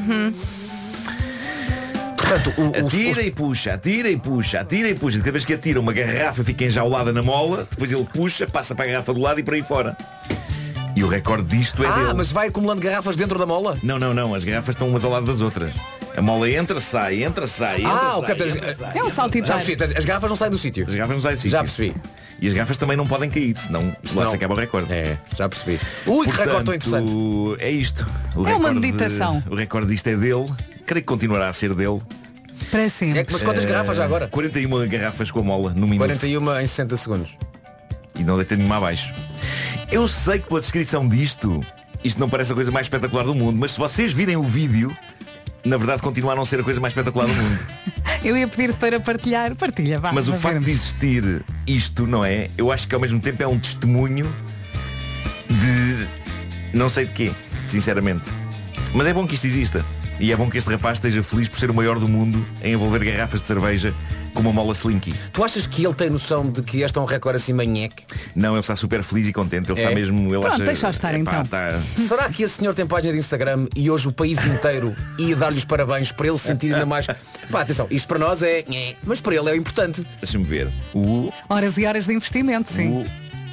Portanto, atira e puxa. Cada vez que atira, uma garrafa fica enjaulada na mola. Depois ele puxa, passa para a garrafa do lado e por aí fora. E o recorde disto é dele. Mas vai acumulando garrafas dentro da mola? Não. As garrafas estão umas ao lado das outras. A mola entra, sai. É um saltitar. Já percebi. As garrafas não saem do sítio. As garrafas não saem do sítio. Já percebi. E as garrafas também não podem cair, senão lá se acaba o recorde. É, já percebi. Ui, que recorde tão interessante. É isto. É uma meditação. O recorde disto é dele. Creio que continuará a ser dele. Para sempre. Mas quantas garrafas já agora? 41 garrafas com a mola no minuto. 41 em 60 segundos. E não deita nenhuma abaixo. Eu sei que pela descrição disto, isto não parece a coisa mais espetacular do mundo, mas se vocês virem o vídeo, na verdade continua a não ser a coisa mais espetacular do mundo. Eu ia pedir para partilhar. Partilha, vá. Mas o facto de existir isto, não é? Eu acho que ao mesmo tempo é um testemunho de não sei de quê, sinceramente. Mas é bom que isto exista. E é bom que este rapaz esteja feliz por ser o maior do mundo em envolver garrafas de cerveja com uma mola slinky. Tu achas que ele tem noção de que este é um recorde assim manheque? Não, ele está super feliz e contente. Ele está mesmo... Ele acha, deixa estar então. Será que esse senhor tem página de Instagram e hoje o país inteiro ia dar-lhe os parabéns para ele se sentir ainda mais... Pá, atenção, isto para nós é... Mas para ele é importante. Deixa-me ver. Horas e horas de investimento, sim.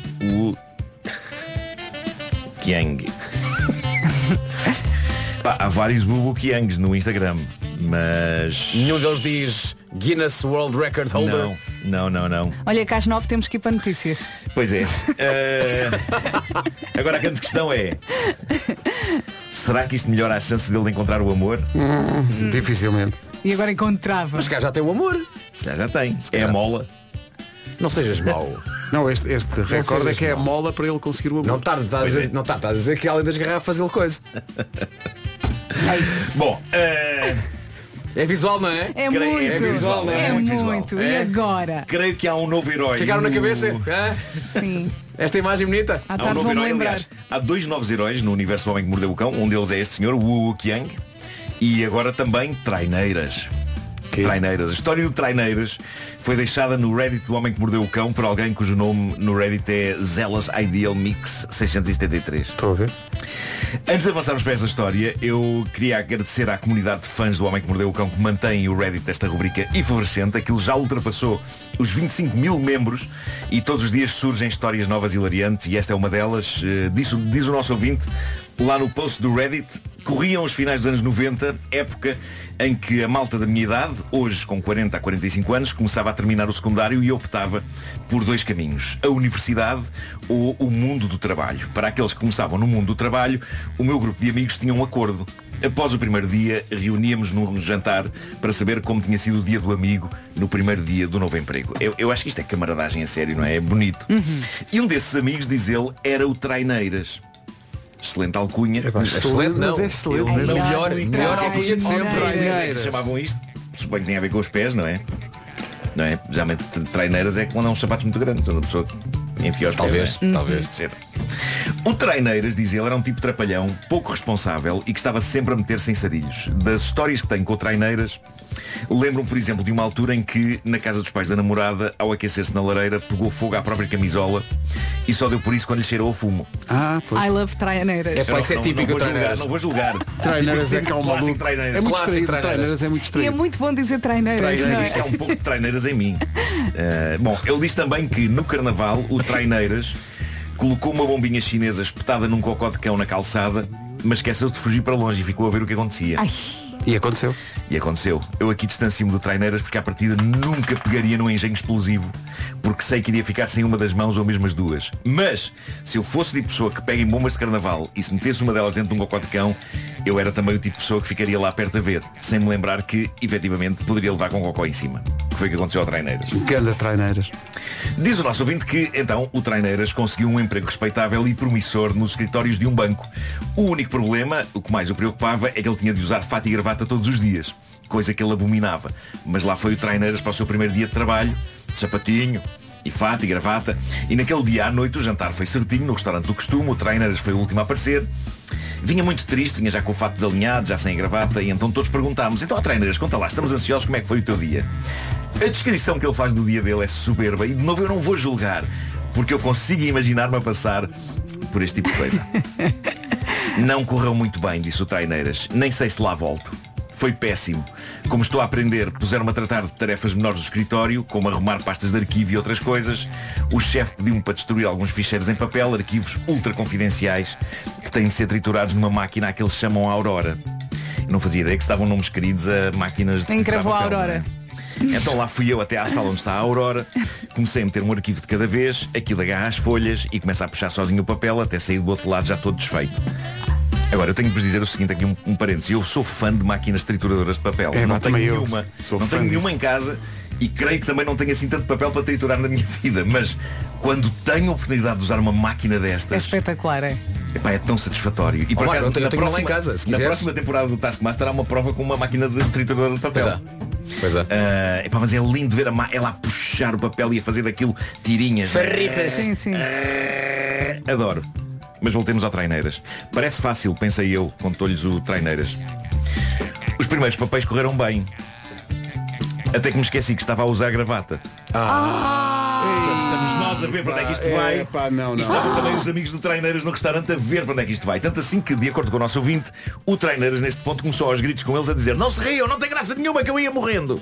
Wookiang. Há vários Wookiangs no Instagram, mas... Nenhum deles diz Guinness World Record Holder. Não. Olha, que às 9 temos que ir para notícias. Pois é. Agora a grande questão é: será que isto melhora as chances dele de encontrar o amor? Dificilmente. E agora encontrava. Mas cá já tem o amor. Se calhar já tem. É a mola. Não sejas mau. Não, este recorde é que é a mola para ele conseguir o amor. Não está a dizer que além das garrafas ele coisa. Bom, é visual, não é? É muito. É visual, não é? É muito muito. visual. E agora? Creio que há um novo herói. Ficaram na cabeça? Sim. Esta imagem bonita? À tarde vou-me lembrar. Aliás, há 2 novos heróis no universo do Homem que Mordeu o Cão. Um deles é este senhor, o Wookiang. E agora também traineiras. Traineiras. A história do Traineiras foi deixada no Reddit do Homem que Mordeu o Cão por alguém cujo nome no Reddit é Zealous Ideal Mix 673. Estou a ver. Antes de avançarmos para esta história, eu queria agradecer à comunidade de fãs do Homem que Mordeu o Cão que mantém o Reddit desta rubrica efervescente. Aquilo já ultrapassou os 25 mil membros e todos os dias surgem histórias novas e hilariantes e esta é uma delas. Diz o nosso ouvinte lá no post do Reddit: corriam os finais dos anos 90, época em que a malta da minha idade, hoje com 40 a 45 anos, começava a terminar o secundário e optava por 2 caminhos: a universidade ou o mundo do trabalho. Para aqueles que começavam no mundo do trabalho, o meu grupo de amigos tinha um acordo. Após o primeiro dia, reuníamos num jantar para saber como tinha sido o dia do amigo no primeiro dia do novo emprego. Eu acho que isto é camaradagem a sério, não é? É bonito. E um desses amigos, diz ele, era o Traineiras. Excelente alcunha. Excelente, não. Mas é excelente. Melhor alcunha de sempre. Chamavam isto, suponho que tem a ver com os pés, não é? Não é? Geralmente traineiras é quando há uns sapatos muito grandes, onde a pessoa enfia os pés. Talvez. O Traineiras, diz ele, era um tipo trapalhão, pouco responsável e que estava sempre a meter-se em sarilhos. Das histórias que tenho com o Traineiras, lembro-me, por exemplo, de uma altura em que, na casa dos pais da namorada, ao aquecer-se na lareira, pegou fogo à própria camisola e só deu por isso quando lhe cheirou o fumo. I love Traineiras. Pode ser típico Traineiras. Não vou julgar. Traineiras é que é um maluco. Traineiras. É muito Clássico distraído. Traineiras é muito E distraído. é muito bom dizer Traineiras. Traineiras, é um pouco de Traineiras em mim. Bom, ele diz também que no carnaval o Traineiras colocou uma bombinha chinesa espetada num cocó de cão na calçada, mas esqueceu-se de fugir para longe e ficou a ver o que acontecia. E aconteceu. E aconteceu. Eu aqui distancio-me do Traineiras porque à partida nunca pegaria num engenho explosivo, porque sei que iria ficar sem uma das mãos ou mesmo as duas. Mas, se eu fosse o tipo de pessoa que pega em bombas de carnaval e se metesse uma delas dentro de um cocó de cão, eu era também o tipo de pessoa que ficaria lá perto a ver, sem me lembrar que, efetivamente, poderia levar com um cocó em cima. Que foi o que aconteceu ao Traineiras. Ganda Traineiras. Diz o nosso ouvinte que, então, o Traineiras conseguiu um emprego respeitável e promissor nos escritórios de um banco. O único problema, o que mais o preocupava, é que ele tinha de usar fato e gravata todos os dias. Coisa que ele abominava. Mas lá foi o Traineiras para o seu primeiro dia de trabalho, de sapatinho e fato e gravata. E naquele dia à noite o jantar foi certinho, no restaurante do costume. O Traineiras foi o último a aparecer. Vinha muito triste, vinha já com o fato desalinhado, já sem a gravata. E então todos perguntámos: então, Traineiras, conta lá, estamos ansiosos, como é que foi o teu dia? A descrição que ele faz do dia dele é soberba. E de novo eu não vou julgar, porque eu consigo imaginar-me a passar por este tipo de coisa. Não correu muito bem, disse o Traineiras. Nem sei se lá volto. Foi péssimo. Como estou a aprender, puseram-me a tratar de tarefas menores do escritório, como arrumar pastas de arquivo e outras coisas. O chefe pediu-me para destruir alguns ficheiros em papel, arquivos ultra confidenciais, que têm de ser triturados numa máquina a que eles chamam a Aurora. Eu não fazia ideia que estavam nomes queridos a máquinas de encravou a Aurora. Então lá fui eu até à sala onde está a Aurora. Comecei a meter um arquivo de cada vez, aquilo agarra as folhas e começa a puxar sozinho o papel até sair do outro lado já todo desfeito. Agora, eu tenho de vos dizer o seguinte, aqui um parênteses. Eu sou fã de máquinas trituradoras de papel. Não tenho nenhuma. Não tenho nenhuma em casa e creio que também não tenho assim tanto papel para triturar na minha vida. Mas quando tenho a oportunidade de usar uma máquina destas... É espetacular, é? Epá, é tão satisfatório. E por acaso, eu tenho lá em casa, se na próxima temporada do Taskmaster há uma prova com uma máquina de trituradora de papel. Pois é. Epá, mas é lindo ver ela a puxar o papel e a fazer daquilo tirinhas. Farripas. Sim, sim. Adoro. Mas voltemos ao Traineiras. Parece fácil, pensei eu, contou-lhes o Traineiras. Os primeiros papéis correram bem. Até que me esqueci que estava a usar a gravata. Portanto, estamos nós a ver para onde é que isto vai. E estavam também os amigos do Traineiras no restaurante a ver para onde é que isto vai. Tanto assim que, de acordo com o nosso ouvinte, o Traineiras neste ponto começou aos gritos com eles a dizer: não se riam, não tem graça nenhuma que eu ia morrendo.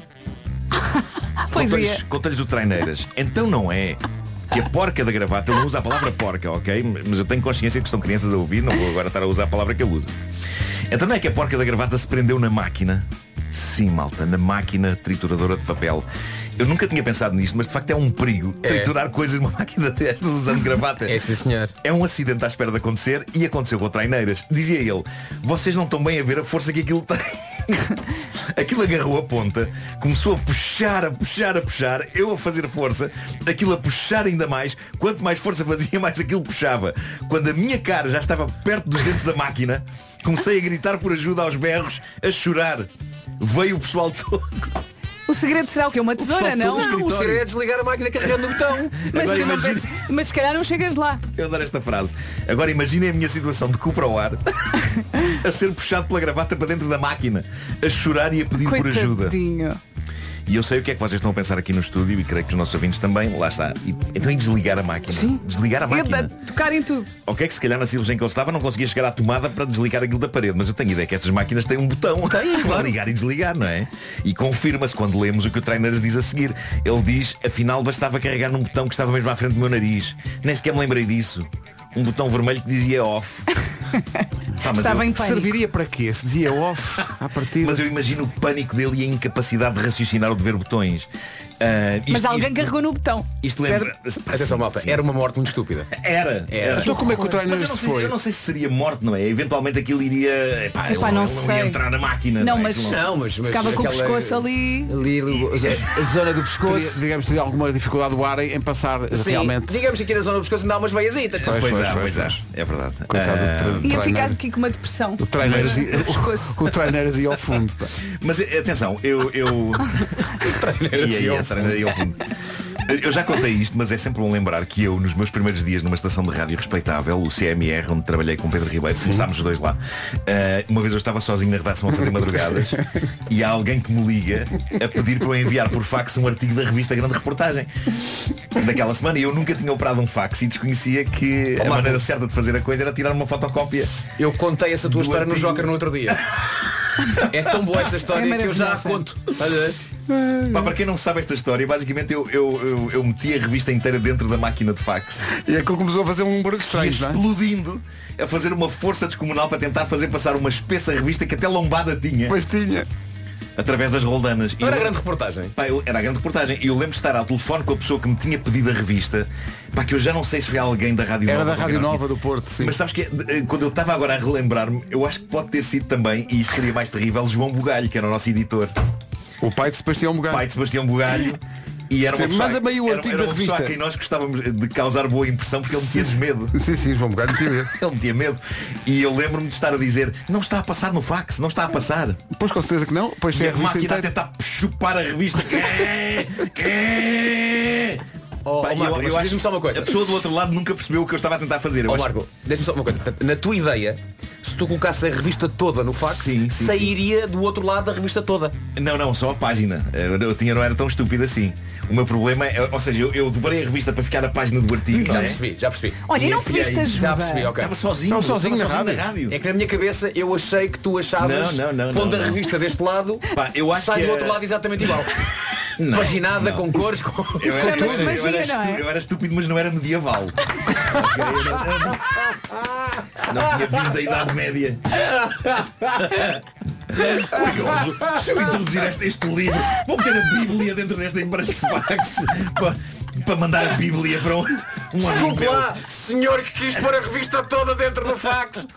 Conta-lhes o Traineiras. Então não é que a porca da gravata, ele não usa a palavra porca, ok? Mas eu tenho consciência que estão crianças a ouvir, não vou agora estar a usar a palavra que ele usa. Então não é que a porca da gravata se prendeu na máquina. Sim, malta, na máquina trituradora de papel. Eu nunca tinha pensado nisto, mas de facto é um perigo triturar coisas numa máquina destas usando gravata. É sim, senhor. É um acidente à espera de acontecer e aconteceu com o Traineiras. Dizia ele: vocês não estão bem a ver a força que aquilo tem. Aquilo agarrou a ponta, começou a puxar, eu a fazer força, aquilo a puxar ainda mais. Quanto mais força fazia, mais aquilo puxava. Quando a minha cara já estava perto dos dentes da máquina, comecei a gritar por ajuda aos berros, a chorar. Veio o pessoal todo. O segredo será o quê? Uma tesoura, não? O segredo é desligar a máquina carregando o botão. Mas se calhar não chegas lá. Eu adoro esta frase. Agora imaginem a minha situação de cu para o ar, a ser puxado pela gravata para dentro da máquina, a chorar e a pedir por ajuda. E eu sei o que é que vocês estão a pensar aqui no estúdio, e creio que os nossos ouvintes também. Lá está. Então e desligar a máquina? Sim. Desligar a máquina. Tocar em tudo. Ok, que se calhar na situação em que ele estava não conseguia chegar à tomada para desligar aquilo da parede. Mas eu tenho a ideia que estas máquinas têm um botão para ligar e desligar, não é? E confirma-se quando lemos o que o Traineiras diz a seguir. Ele diz: afinal bastava carregar num botão que estava mesmo à frente do meu nariz. Nem sequer me lembrei disso. Um botão vermelho que dizia off. Estava em pânico. Serviria para quê? Se dizia off à partida. Mas eu imagino o pânico dele e a incapacidade de raciocinar ou de ver botões. Mas alguém carregou no botão. Isto lembra. Atenção, malta, era uma morte muito estúpida. Era. Então como é que o Traineiras foi? Eu não sei se seria morte, não é? Eventualmente aquilo iria. Ele não ia entrar na máquina. Não, mas ficava com o pescoço ali. A zona do pescoço. Digamos que teria alguma dificuldade do ar em passar realmente. Digamos que aqui na zona do pescoço ainda há umas veiazitas. Pois é. É verdade. Ia ficar aqui com uma depressão. O Traineiras ia ao fundo. Mas atenção, eu Eu já contei isto, mas é sempre bom lembrar que eu, nos meus primeiros dias numa estação de rádio respeitável, o CMR, onde trabalhei com Pedro Ribeiro, começámos os dois lá. Uma vez eu estava sozinho na redação a fazer madrugadas e há alguém que me liga a pedir para eu enviar por fax um artigo da revista Grande Reportagem daquela semana, e eu nunca tinha operado um fax e desconhecia que a maneira certa de fazer a coisa era tirar uma fotocópia. Eu contei essa tua história no Joker no outro dia. É tão boa essa história que eu já a conto. Para quem não sabe esta história, basicamente eu meti a revista inteira dentro da máquina de fax. E aquilo começou a fazer um barulho estranho, explodindo, a fazer uma força descomunal para tentar fazer passar uma espessa revista que até lombada tinha. Pois tinha. através das roldanas. Não era grande reportagem? Pá, era a grande reportagem. E eu lembro de estar ao telefone com a pessoa que me tinha pedido a revista. Pá, que eu já não sei se foi alguém da Rádio Nova. Era da Rádio Nova do Porto, sim. Mas sabes que quando eu estava agora a relembrar-me, eu acho que pode ter sido também, e isso seria mais terrível, João Bugalho, que era o nosso editor. O pai de Sebastião Bugalho. E era uma pessoa, manda-me aí o artigo da revista. A quem nós gostávamos de causar boa impressão, porque ele metia-nos medo. Sim, João Bugalho tinha medo. Ele metia medo. E eu lembro-me de estar a dizer, não está a passar no fax, não está a passar. Pois com certeza que não. Pois e a máquina a tentar chupar a revista. Marco, eu acho só uma coisa. A pessoa do outro lado nunca percebeu o que eu estava a tentar fazer. Marco, deixa-me só uma coisa. Na tua ideia, se tu colocasses a revista toda no fax, sairia do outro lado da revista toda. Não, só a página. Não era tão estúpido assim. O meu problema é, ou seja, eu dobrei a revista para ficar a página do artigo. Já percebi. Olha, e não pediste ajuda. Já percebi, ok. Estava sozinho na rádio. É que na minha cabeça eu achei que tu achavas pondo a revista deste lado, eu acho sai do outro lado exatamente igual. Paginada, com cores, com... Eu era estúpido, mas não era medieval. Não tinha vindo da Idade Média. Curioso. Se eu introduzir este livro, vou meter a Bíblia dentro desta empresa de fax para mandar a Bíblia para um amigo meu. Lá, senhor que quis pôr a revista toda dentro do fax.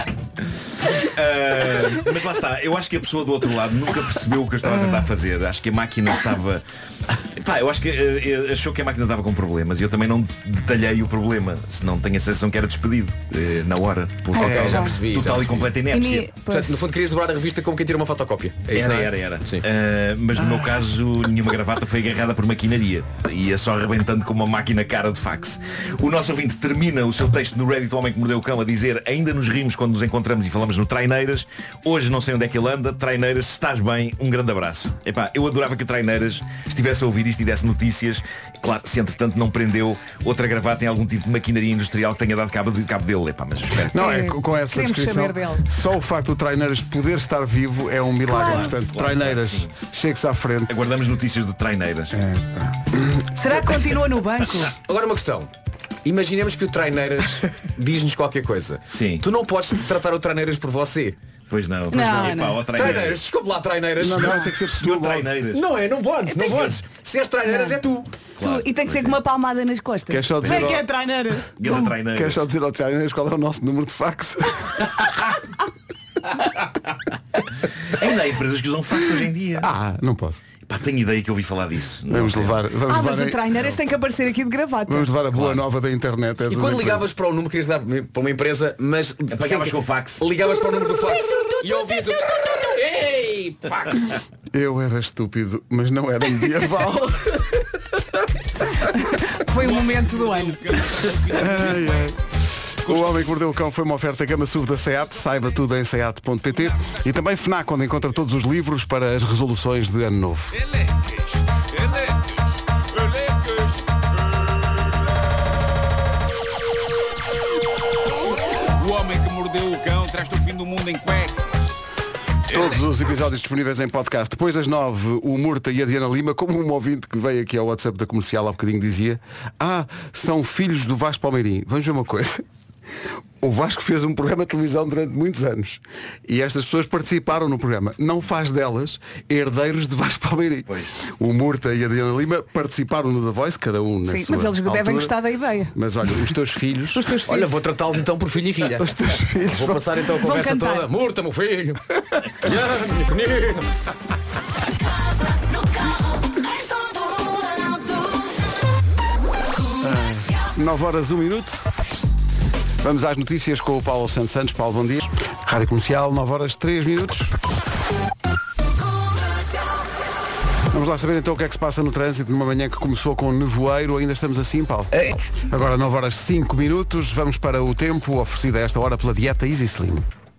Mas lá está, eu acho que a pessoa do outro lado nunca percebeu o que eu estava a tentar fazer. Acho que a máquina estava... eu acho que achou que a máquina estava com problemas e eu também não detalhei o problema, senão tenho a sensação que era despedido na hora. Já percebi. Total e completa inépcia. Portanto, no fundo querias dobrar a revista como quem tira uma fotocópia. Era. Mas no meu caso nenhuma gravata foi agarrada por maquinaria. Ia só arrebentando com uma máquina cara de fax. O nosso ouvinte termina o seu texto no Reddit, o Homem que Mordeu o Cão, a dizer: ainda nos rimos quando nos encontramos e falamos no Traineiras. Hoje não sei onde é que ele anda. Traineiras, se estás bem, um grande abraço. Eu adorava que o Traineiras estivesse a ouvir isto e desse notícias. Claro, se entretanto não prendeu outra gravata em algum tipo de maquinaria industrial que tenha dado cabo dele. Mas espero que... Não, com essa descrição, só o facto do Traineiras poder estar vivo é um milagre. Portanto, Traineiras, chegue-se à frente. Aguardamos notícias do Traineiras. Será que continua no banco? Agora uma questão. Imaginemos que o Traineiras diz-nos qualquer coisa. Sim. Tu não podes tratar o Traineiras por você. Pois não. Traineiras, desculpe lá, Traineiras. Não, tem que ser senhor Traineiras. Não podes. Se és Traineiras é tu. Claro, e tem que ser com uma palmada nas costas. Quer só dizer que é Traineiras. Quer só dizer ao Traineiras qual é o nosso número de fax? Ainda há empresas que usam fax hoje em dia. Não posso. Tenho ideia que ouvi falar disso. Vamos levar mas o Traineiras tem que aparecer aqui de gravata. Vamos levar a boa nova da internet. E quando ligavas para o número, querias dar para uma empresa, mas apagavas com o fax. Ligavas para o número do fax e ouvias o... Ei, fax. Eu era estúpido, mas não era medieval. Foi o momento do ano. O Homem que Mordeu o Cão foi uma oferta Gama SUV da SEAT. Saiba tudo em seat.pt. E também FNAC, onde encontra todos os livros para as resoluções de ano novo. O Homem que Mordeu o Cão traz-te o fim do mundo em cuecas. Todos os episódios disponíveis em podcast. Depois das 9, o Murta e a Diana Lima, como um ouvinte que veio aqui ao WhatsApp da Comercial há bocadinho dizia: são filhos do Vasco Palmeirim. Vamos ver uma coisa. O Vasco fez um programa de televisão durante muitos anos e estas pessoas participaram no programa. Não faz delas herdeiros de Vasco Palmeirim. O Murta e a Diana Lima participaram no The Voice, cada um na sua mas eles devem gostar da ideia. Mas olha, os teus filhos... Olha, vou tratá-los então por filho e filha. Os teus filhos vou passar então a conversa toda. Murta, meu filho. 9h01. Vamos às notícias com o Paulo Santos. Paulo, bom dia. Rádio Comercial, 9h03. Vamos lá saber então o que é que se passa no trânsito numa manhã que começou com nevoeiro. Ainda estamos assim, Paulo? Agora 9h05. Vamos para o tempo oferecido a esta hora pela dieta Easy Slim.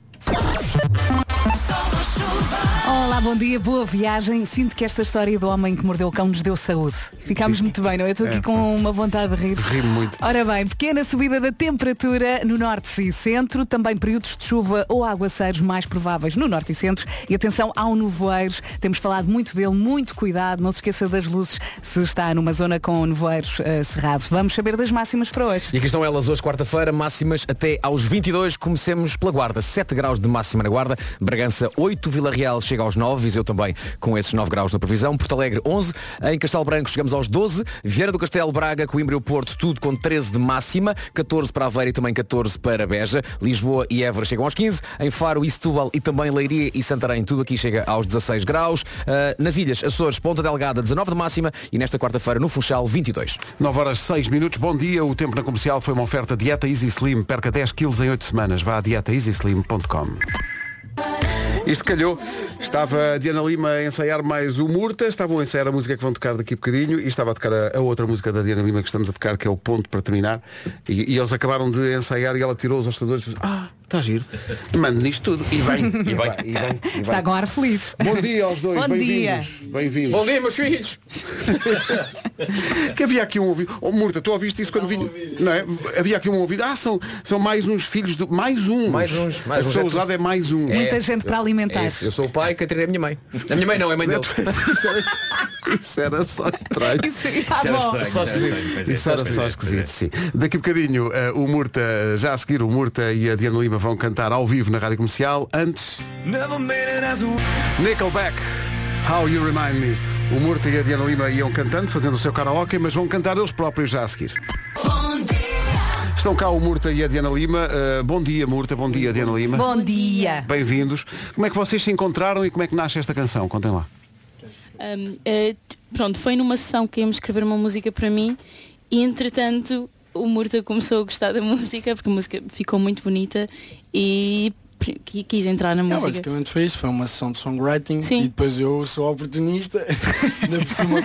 Olá, bom dia, boa viagem. Sinto que esta história do Homem que Mordeu o Cão nos deu saúde. Ficámos muito bem, não é? Eu estou aqui com uma vontade de rir. Rio muito. Ora bem, pequena subida da temperatura no norte e centro, também períodos de chuva ou aguaceiros mais prováveis no norte e centro. E atenção ao nevoeiros, temos falado muito dele, muito cuidado, não se esqueça das luzes se está numa zona com nevoeiros cerrados. Vamos saber das máximas para hoje. E aqui estão elas hoje, quarta-feira, máximas até aos 22. Comecemos pela Guarda, 7 graus de máxima na Guarda, Bragança 8, Vila Real chega aos 9. 9, Viseu também com esses 9 graus na previsão, Porto Alegre 11, em Castelo Branco chegamos aos 12, Viana do Castelo, Braga, Coimbra e o Porto, tudo com 13 de máxima, 14 para Aveiro e também 14 para Beja, Lisboa e Évora chegam aos 15, em Faro e Setúbal e também Leiria e Santarém, tudo aqui chega aos 16 graus, nas ilhas, Açores, Ponta Delgada 19 de máxima e nesta quarta-feira no Funchal 22. 9 horas 6 minutos, bom dia, o tempo na comercial foi uma oferta Dieta Easy Slim, perca 10 kg em 8 semanas, vá a dietaeasyslim.com. Isto calhou, estava a Diana Lima a ensaiar mais o Murta, estavam a ensaiar a música que vão tocar daqui a bocadinho e estava a tocar a outra música da Diana Lima que estamos a tocar, que é o Ponto para terminar, e eles acabaram de ensaiar e ela tirou os ostadores e disse, está giro, mando nisto tudo e vem. Está com ar feliz. Bom dia aos dois, Bom dia. Bem-vindos. Bom dia, meus filhos. Que havia aqui um ouvido. Murta, tu ouviste isso quando vi? Não é? Havia aqui um ouvido. São mais uns filhos do. Mais uns. A pessoa usada é mais um. Muita gente para alimentar. Eu sou o pai, Catarina é a minha mãe. A minha mãe não, é a mãe dele. Isso era só estranho. Isso era só esquisito, sim. Daqui a bocadinho o Murta, já a seguir o Murta e a Diana Lima vão cantar ao vivo na Rádio Comercial. Antes, Nickelback, How You Remind Me. O Murta e a Diana Lima iam cantando, fazendo o seu karaoke, mas vão cantar eles próprios já a seguir. Estão cá o Murta e a Diana Lima. Bom dia, Murta, bom dia, Diana Lima. Bom dia. Bem-vindos. Como é que vocês se encontraram e como é que nasce esta canção? Contem lá. Pronto, foi numa sessão que íamos escrever uma música para mim e entretanto o Murta começou a gostar da música porque a música ficou muito bonita e quis entrar na música. Basicamente foi isso, foi uma sessão de songwriting. Sim. E depois eu sou oportunista, ainda por cima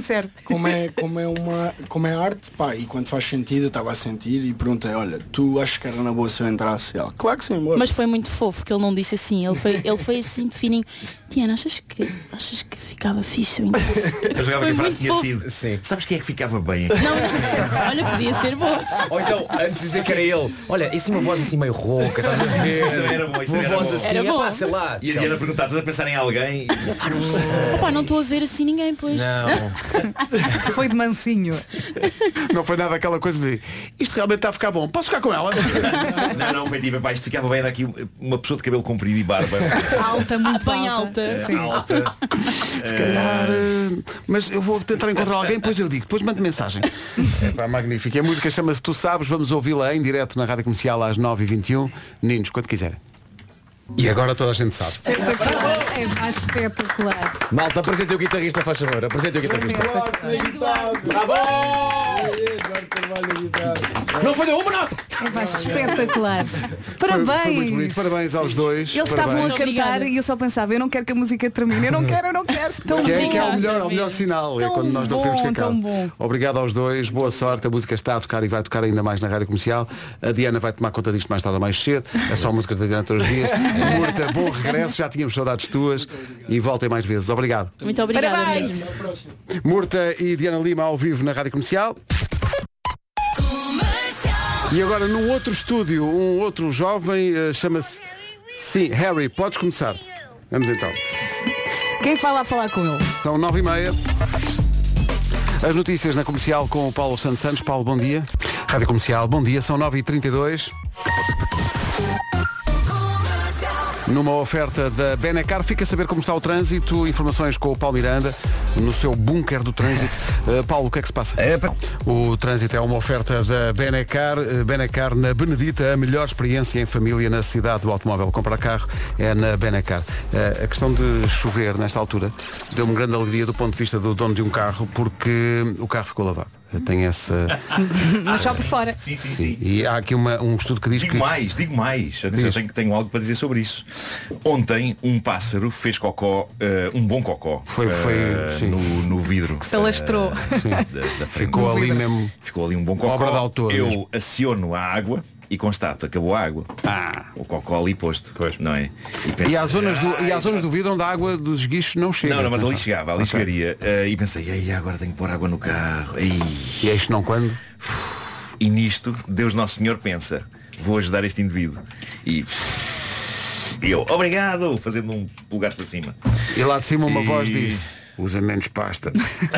como é arte, pá, e quando faz sentido eu estava a sentir e perguntei, olha, tu achas que era na boa se eu entrasse? Ela, claro que sim, bora. Mas foi muito fofo, que ele não disse assim, ele foi assim de fininho. Tiana, achas que ficava fixe? Eu jogava que a frase tinha fofo. sido. Sim. Sabes quem é que ficava bem? Não, olha, podia ser bom. Ou então, antes de dizer que era ele, olha, isso é uma voz assim meio rouca, estás a ver? Uma voz assim, sei lá. E a Diana perguntar, estás a pensar em alguém? Não sei. Não estou a ver assim ninguém, pois. Não. Foi de mansinho. Não foi nada aquela coisa de isto realmente está a ficar bom, posso ficar com ela? Não, foi tipo, pá, isto ficava bem, era aqui uma pessoa de cabelo comprido e barba. Alta, muito bem alta. Alta. Se calhar, mas eu vou tentar encontrar alguém, depois eu digo, depois mando mensagem. Magnífico. E a música chama-se Tu Sabes, vamos ouvi-la em direto na Rádio Comercial às 9h21. Meninos, quando quiserem. E agora toda a gente sabe. Espetacular. É mais espetacular. Malta, apresente o guitarrista, faz favor. Apresente o guitarrista. Bravo! Não falhou uma nota! É mais espetacular. Parabéns! Foi muito bonito. Parabéns aos dois. Eles estavam a cantar e eu só pensava, eu não quero que a música termine. Eu não quero. Tão que bom. É o melhor sinal. É quando nós não queremos que acabe. Obrigado aos dois. Boa sorte. A música está a tocar e vai tocar ainda mais na Rádio Comercial. A Diana vai tomar conta disto mais tarde ou mais cedo. É só a música da Diana todos os dias. Murta, bom regresso. Já tínhamos saudades tuas. E voltem mais vezes. Obrigado. Muito obrigada mesmo. Murta e Diana Lima ao vivo na Rádio Comercial. E agora num outro estúdio, um outro jovem, chama-se... Sim, Harry, podes começar. Vamos então. Quem é que vai lá falar com ele? São 9h30. As notícias na Comercial com o Paulo Santos. Paulo, bom dia. Rádio Comercial, bom dia. São 9h32. Numa oferta da Benacar, fica a saber como está o trânsito. Informações com o Paulo Miranda, no seu bunker do trânsito. Paulo, o que é que se passa? O trânsito é uma oferta da Benacar. Benacar na Benedita, a melhor experiência em família na cidade do automóvel. Comprar carro é na Benacar. A questão de chover nesta altura deu-me grande alegria do ponto de vista do dono de um carro, porque o carro ficou lavado. Tem essa... Mas só por fora. Sim. E há aqui um estudo que diz digo mais. Atenção, tenho algo para dizer sobre isso. Ontem um pássaro fez cocó, um bom cocó. Foi no vidro. Que se alastrou. Da frente. Ficou ali mesmo. Ficou ali um bom cocó. Obra de autor. Eu aciono a água e constato, acabou a água. O cocó ali posto, não é? E há zonas do vidro onde a água dos esguichos não chega. Não, mas ali chegava, ali chegaria. E pensei, agora tenho que pôr água no carro. E é isto não quando? E nisto, Deus Nosso Senhor pensa, vou ajudar este indivíduo. E eu, obrigado, fazendo um pulgar para cima. E lá de cima uma voz disse, Usa menos pasta.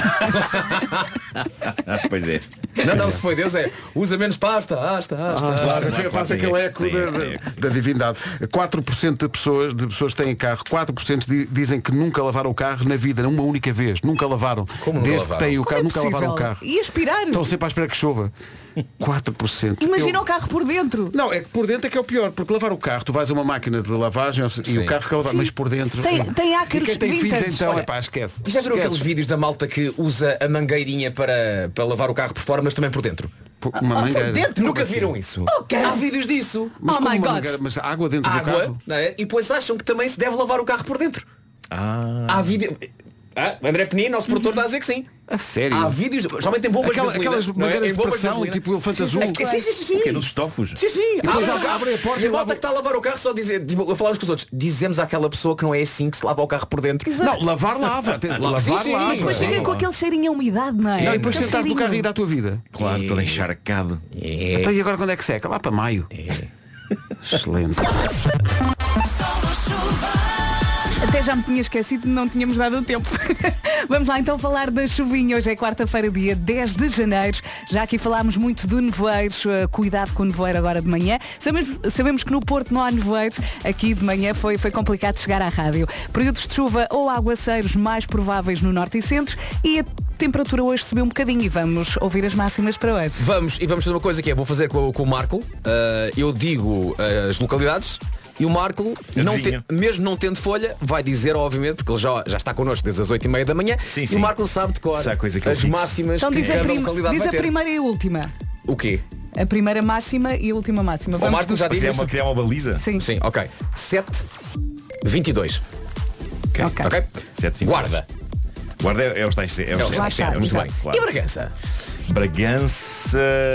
Pois é. Não, se foi Deus usa menos pasta. Faz aquele eco da divindade. 4% de pessoas que têm carro, 4% dizem que nunca lavaram o carro na vida, uma única vez. Nunca lavaram. Como Desde lavaram? que têm o carro, nunca possível? lavaram o carro. E aspirar? Estão sempre à espera que chova. 4%. Imagina o carro por dentro. Não, é que por dentro é que é o pior, porque lavar o carro, tu vais a uma máquina de lavagem e o carro fica lavado, mas por dentro. Tem ácaros. E quem tem filhos então, Olha, esquece. Já viram aqueles vídeos da malta que usa a mangueirinha para lavar o carro por fora, mas também por dentro? Uma mangueira. Por dentro? Nunca viram isso? Há vídeos disso. Mas my God. Mangueira, mas água dentro do carro? Não é? E depois acham que também se deve lavar o carro por dentro. Há vídeo. André Penin, nosso produtor, está a dizer que sim. A sério? Há vídeos, geralmente em bombas de gasolina, aquelas mangueiras de pressão, tipo o elefante azul. Sim. O quê? Nos estofos? Sim. Abre a porta e a malta que está a lavar o carro só dizer, a falar uns com os outros, dizemos àquela pessoa que não é assim que se lava o carro por dentro. Não, lavar lava. Mas depois chega com aquele cheirinho a umidade, não é? Não, e depois sentares no carro e ir à tua vida. Claro, todo encharcado. Então e agora quando é que seca? Lá para maio. Excelente. Até já me tinha esquecido, não tínhamos dado o tempo. Vamos lá então falar da chuvinha. Hoje é quarta-feira, dia 10 de janeiro. Já aqui falámos muito do nevoeiro. Cuidado com o nevoeiro agora de manhã. Sabemos que no Porto não há nevoeiros. Aqui de manhã foi complicado chegar à rádio. Períodos de chuva ou aguaceiros mais prováveis no norte e centro. E a temperatura hoje subiu um bocadinho. E vamos ouvir as máximas para hoje. Vamos fazer uma coisa que vou fazer com o Marco. Eu digo as localidades. E o Marco, mesmo não tendo folha, vai dizer, obviamente, porque ele já está connosco desde as 8h30 da manhã. Sim. E o Marco sabe de cor as máximas então, que cada localidade diz vai a ter. primeira e a última. O quê? A primeira máxima e a última máxima. O Marco já disse isso. Criar uma baliza? Sim, ok. 7,22. Ok? 7,22. Guarda é os tais. É muito bem. Claro. E Bragança? Bragança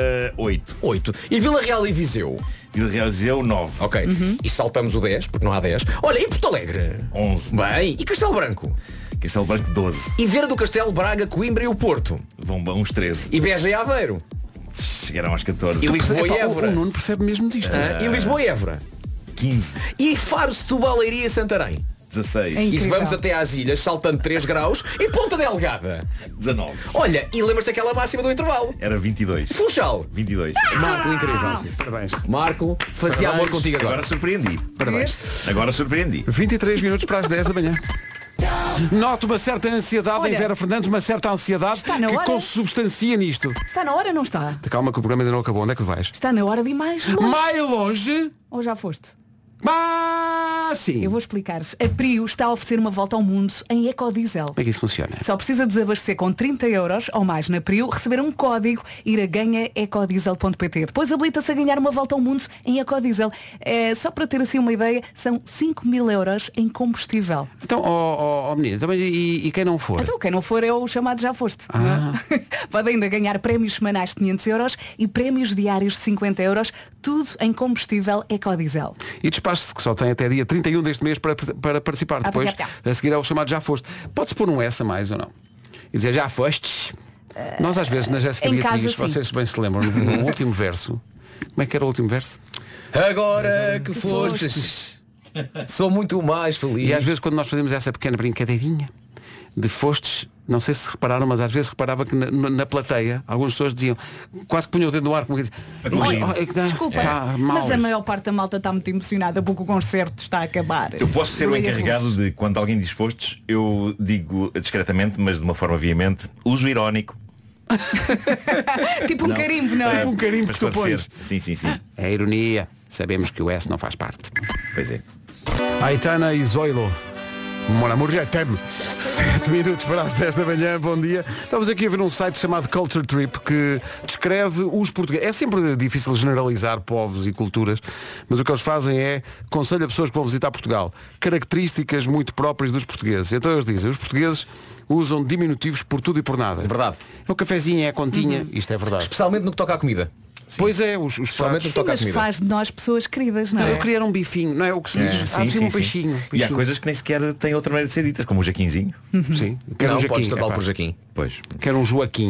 8. E Vila Real e Viseu? Vila Real e Viseu 9. Ok. E saltamos o 10, porque não há 10. Olha, e Porto Alegre? 11. Bem, e Castelo Branco? Castelo Branco 12. E Viana do Castelo, Braga, Coimbra e o Porto? Vão uns 13. E Beja e Aveiro? Chegaram aos 14. E Lisboa e Évora? O Nuno percebe mesmo disto. E Lisboa e Évora? 15. E Faro, Setúbal, Leiria e Santarém? 16. E se vamos até às ilhas, saltando 3 graus, e Ponta Delgada? 19. Olha, e lembras-te daquela máxima do intervalo? Era 22. Funchal? 22. Marco, incrível. Parabéns. Marco, fazia amor contigo agora. Agora surpreendi. Parabéns. Agora surpreendi. 23 minutos para as 10 da manhã. Noto uma certa ansiedade em Vera Fernandes, uma certa ansiedade que consubstancia nisto. Está na hora ou não está? Calma que o programa ainda não acabou. Onde é que vais? Está na hora de ir mais longe. Mais longe? Ou já foste? Sim. Eu vou explicar-vos. A Prio está a oferecer uma volta ao mundo em ecodiesel. Como é que isso funciona? Só precisa desabastecer com 30 € ou mais na Prio, receber um código, ir a ganhaecodiesel.pt. Depois habilita-se a ganhar uma volta ao mundo em ecodiesel. Só para ter assim uma ideia, são 5.000 € em combustível. Então, menino, também, e quem não for? Então, quem não for é o chamado já foste. Pode ainda ganhar prémios semanais de 500 € e prémios diários de 50 €, tudo em combustível ecodiesel. E despache-se que só tem até dia 31 deste mês para participar. Depois, a seguir é o chamado já foste. Pode-se pôr um S a mais ou não? E dizer já fostes. Nós às vezes na Jéssica Beatriz, vocês bem se lembram, no último verso. Como é que era o último verso? Agora que fostes, sou muito mais feliz. E às vezes quando nós fazemos essa pequena brincadeirinha de fostes, não sei se repararam, mas às vezes reparava que na plateia algumas pessoas diziam, quase que punham o dedo no ar como que desculpa, mas a maior parte da malta está muito emocionada porque o concerto está a acabar. Eu posso ser o encarregado de, quando alguém diz fostes, eu digo discretamente, mas de uma forma veemente, uso irónico. Tipo um carimbo, não é? Tipo um carimbo que tu pões. Sim. É ironia. Sabemos que o S não faz parte. Pois é. Aitana e Zoilo. Mon amour, já temo. 7 minutos para as 10 da manhã, bom dia. Estamos aqui a ver um site chamado Culture Trip que descreve os portugueses. É sempre difícil generalizar povos e culturas, mas o que eles fazem é aconselho a pessoas que vão visitar Portugal. Características muito próprias dos portugueses. Então eles dizem, os portugueses usam diminutivos por tudo e por nada. É verdade. É o cafezinho, é a continha, isto é verdade. Especialmente no que toca à comida. Sim. Pois é, os pratos. Mas faz de nós pessoas queridas, não é? Eu queria um bifinho, não é o que se diz? Um peixinho. E há coisas que nem sequer têm outra maneira de ser ditas, como o Jaquinzinho. Sim. Quero um Jaquim. Pode por Jaquim. Pois. Quero um Joaquim.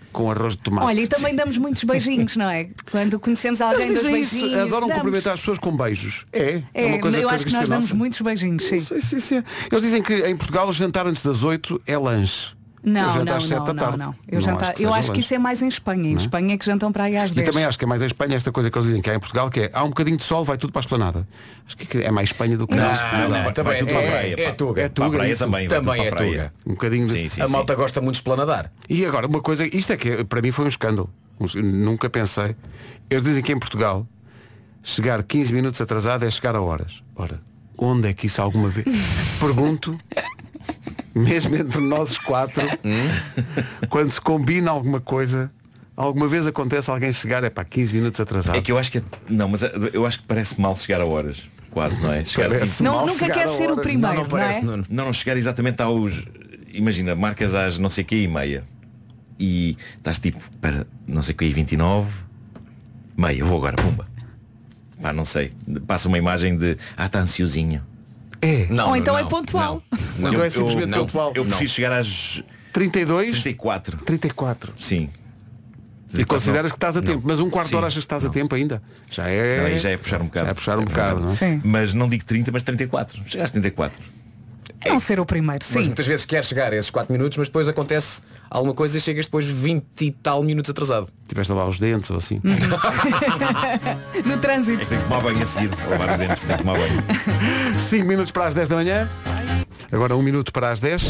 com arroz de tomate. Olha, e também damos muitos beijinhos, não é? Quando conhecemos alguém, dos beijinhos. Adoram cumprimentar as pessoas com beijos. É uma coisa eu acho que nós damos muitos beijinhos, sim. Sim. Eles dizem que em Portugal o jantar antes das 8 é lanche. Não. Eu acho que isso é mais em Espanha. Em Espanha é que jantam para aí às 10. E também acho que é mais em Espanha esta coisa que eles dizem que há em Portugal, que é há um bocadinho de sol, vai tudo para a esplanada. Acho que é mais Espanha do que não, também é Tuga. É Tuga também é Tuga. Um bocadinho de... A malta gosta muito de esplanadar. E agora, uma coisa, isto é que para mim foi um escândalo. Nunca pensei. Eles dizem que em Portugal chegar 15 minutos atrasado é chegar a horas. Ora, onde é que isso alguma vez? Pergunto. Mesmo entre nós os 4, quando se combina alguma coisa, alguma vez acontece alguém chegar 15 minutos atrasado. É que eu acho que mas eu acho que parece mal chegar a horas. Quase, não é? Nunca queres ser o primeiro. Não parece, não chegar exatamente aos. Imagina, marcas às não sei que e meia. E estás tipo para não sei que e 29, meia, vou agora, pumba. Pá, não sei. Passa uma imagem de está ansiosinho. Ou então é pontual. Não é simplesmente pontual. Eu prefiro chegar às 32? 34. Sim. E consideras que estás a tempo, mas um quarto de hora achas que estás a tempo ainda? Já é puxar um bocado. É puxar um bocado, não é? Sim. Mas não digo 30, mas 34. Chegaste a 34. Não ser o primeiro, sim. Mas muitas vezes quer chegar a esses 4 minutos, mas depois acontece alguma coisa e chegas depois 20 e tal minutos atrasado. Tiveste a lavar os dentes ou assim. No trânsito. É que tem que tomar banho a seguir. A lavar os dentes, tem que tomar banho. 5 minutos para as 10 da manhã. Agora 1 minuto para as 10.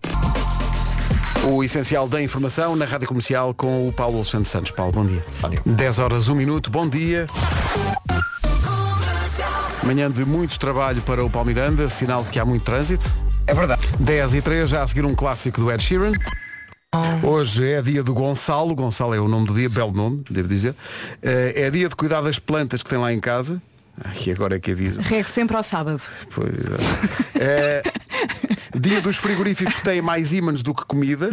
O essencial da informação na Rádio Comercial com o Paulo Alexandre Santos. Paulo, bom dia. 10 horas, 1 minuto, bom dia. Manhã de muito trabalho para o Paulo Miranda, sinal de que há muito trânsito. É verdade. 10 e 3, já a seguir um clássico do Ed Sheeran. Hoje é dia do Gonçalo. Gonçalo é o nome do dia, belo nome, devo dizer. É dia de cuidar das plantas que tem lá em casa. E agora é que aviso. Rego sempre ao sábado. Pois é. Dia dos frigoríficos que têm mais ímãs do que comida.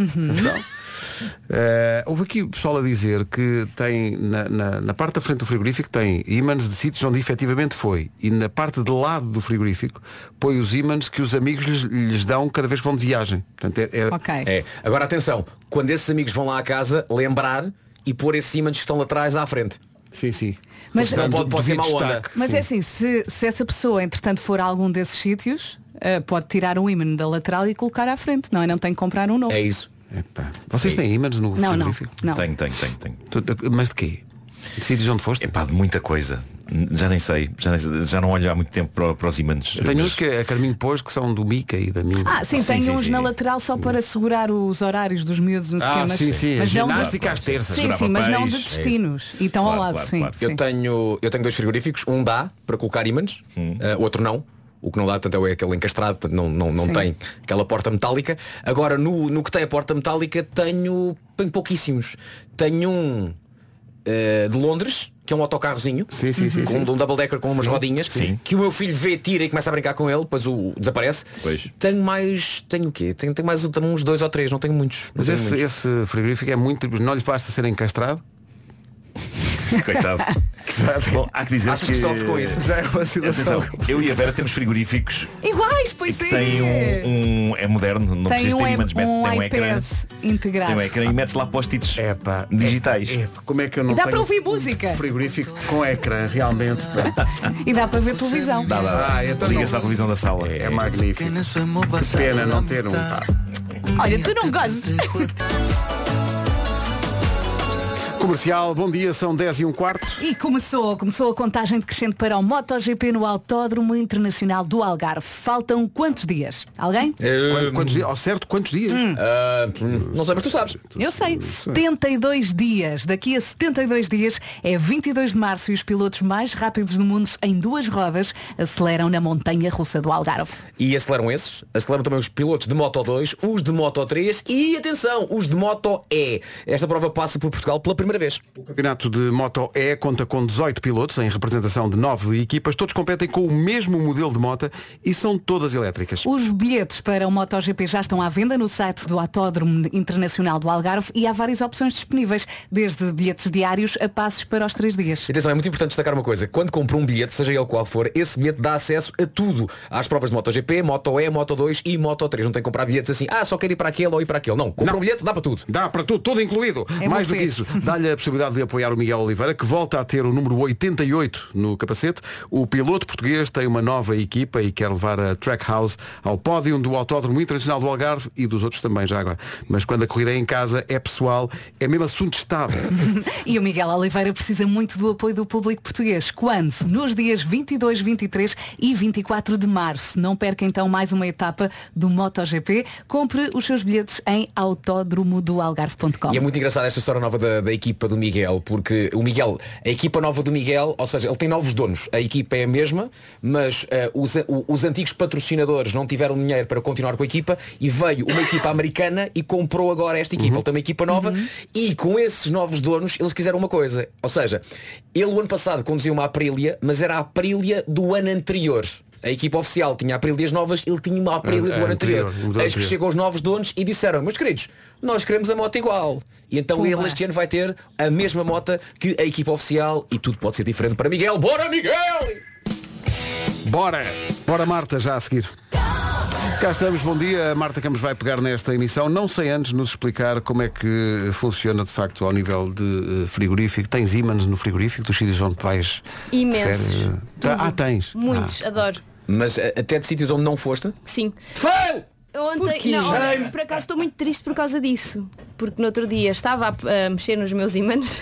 Houve aqui o pessoal a dizer que tem na parte da frente do frigorífico tem ímãs de sítios onde efetivamente foi, e na parte de lado do frigorífico põe os ímãs que os amigos lhes dão cada vez que vão de viagem. Portanto, Agora atenção, quando esses amigos vão lá à casa, lembrar e pôr esses ímãs que estão lá atrás à frente. Sim. Mas não pode ser má onda. Mas é assim, se essa pessoa entretanto for a algum desses sítios, pode tirar um ímã da lateral e colocar à frente, não é? Não tem que comprar um novo. É isso. Epa. Vocês têm ímãs no frigorífico? Não. Tenho. Mas de quê? De sítios onde foste? De muita coisa. Já nem sei. Já não olho há muito tempo para os ímãs. Eu tenho uns que a Carminho pôs que são do Mica e da minha. Tem uns na lateral só para segurar os horários dos miúdos no esquema. Sim. Mas ginástica às terças. Sim, mas não de destinos. E estão ao lado, sim. Eu tenho 2 frigoríficos, um dá para colocar ímãs, outro não. O que não dá, portanto, é aquele encastrado, portanto, não tem aquela porta metálica. Agora, no que tem a porta metálica, tenho pouquíssimos. Tenho um de Londres, que é um autocarrozinho, com um double decker com umas rodinhas, que o meu filho vê, tira e começa a brincar com ele, depois desaparece. Pois. Tenho o quê? Tenho mais uns 2 ou 3, não tenho muitos. Mas esse frigorífico é muito, não lhe basta ser encastrado? Coitado. Bom, há que dizer Achas que sofre com isso? Já é uma situação. Eu e a Vera temos frigoríficos iguais, pois é. Tem é moderno, não tem precisa ter ímãs, tem um ecrã integrado. Tem um ecrã e metes lá post-its digitais. Como é que eu não e dá tenho para ouvir música. Frigorífico com ecrã, realmente. E dá para ver televisão. Então liga-se à televisão da sala. É magnífico. Que pena não ter um. Olha, tu não gozes. Comercial, bom dia, são 10 e 1/4. E começou a contagem decrescente para o MotoGP no Autódromo Internacional do Algarve. Faltam quantos dias? Alguém? Quantos dias? Ao certo, quantos dias? Não sei, mas tu sabes. Eu sei, 72 dias. Daqui a 72 dias é 22 de março e os pilotos mais rápidos do mundo em 2 rodas aceleram na montanha russa do Algarve. E aceleram também os pilotos de Moto 2, os de Moto 3 e, atenção, os de Moto E. Esta prova passa por Portugal pela primeira outra vez. O campeonato de Moto E conta com 18 pilotos em representação de 9 equipas. Todos competem com o mesmo modelo de moto e são todas elétricas. Os bilhetes para o MotoGP já estão à venda no site do Autódromo Internacional do Algarve e há várias opções disponíveis, desde bilhetes diários a passes para os 3 dias. Atenção, é muito importante destacar uma coisa. Quando compra um bilhete, seja ele qual for, esse bilhete dá acesso a tudo. Às provas de MotoGP, Moto E, Moto 2 e Moto 3. Não tem que comprar bilhetes assim, só quero ir para aquele ou ir para aquele. Não, compra um bilhete, dá para tudo. Dá para tudo, tudo incluído. Mais do que isso, dá-lhe a possibilidade de apoiar o Miguel Oliveira, que volta a ter o número 88 no capacete. O piloto português tem uma nova equipa e quer levar a Trackhouse ao pódio do Autódromo Internacional do Algarve e dos outros também já agora. Mas quando a corrida é em casa, é pessoal, é mesmo assunto de Estado. E o Miguel Oliveira precisa muito do apoio do público português. Quando? Nos dias 22, 23 e 24 de março. Não perca então mais uma etapa do MotoGP. Compre os seus bilhetes em autódromodoalgarve.com. E é muito engraçada esta história nova da equipa do Miguel, porque a equipa nova do Miguel, ou seja, ele tem novos donos. A equipa é a mesma, mas os antigos patrocinadores não tiveram dinheiro para continuar com a equipa e veio uma equipa americana e comprou agora esta equipa. Ele tem uma equipa nova e com esses novos donos eles quiseram uma coisa. Ou seja, ele o ano passado conduziu uma Aprilia, mas era a Aprilia do ano anterior. A equipa oficial tinha Aprilias novas, ele tinha uma Aprilia do ano anterior. Eis que chegam os novos donos e disseram, meus queridos, nós queremos a moto igual. E então ele este ano vai ter a mesma moto que a equipa oficial e tudo pode ser diferente para Miguel. Bora, Miguel! Bora! Bora, Marta, já a seguir. Cá estamos, bom dia. A Marta Campos vai pegar nesta emissão, não sem antes nos explicar como é que funciona de facto ao nível de frigorífico. Tens ímãs no frigorífico dos sítios onde vais? Imensos. Tens? Muitos, adoro. Mas até de sítios onde não foste? Sim. Fail! Ontem, não, olha, por acaso estou muito triste por causa disso. Porque no outro dia estava a mexer nos meus ímãs.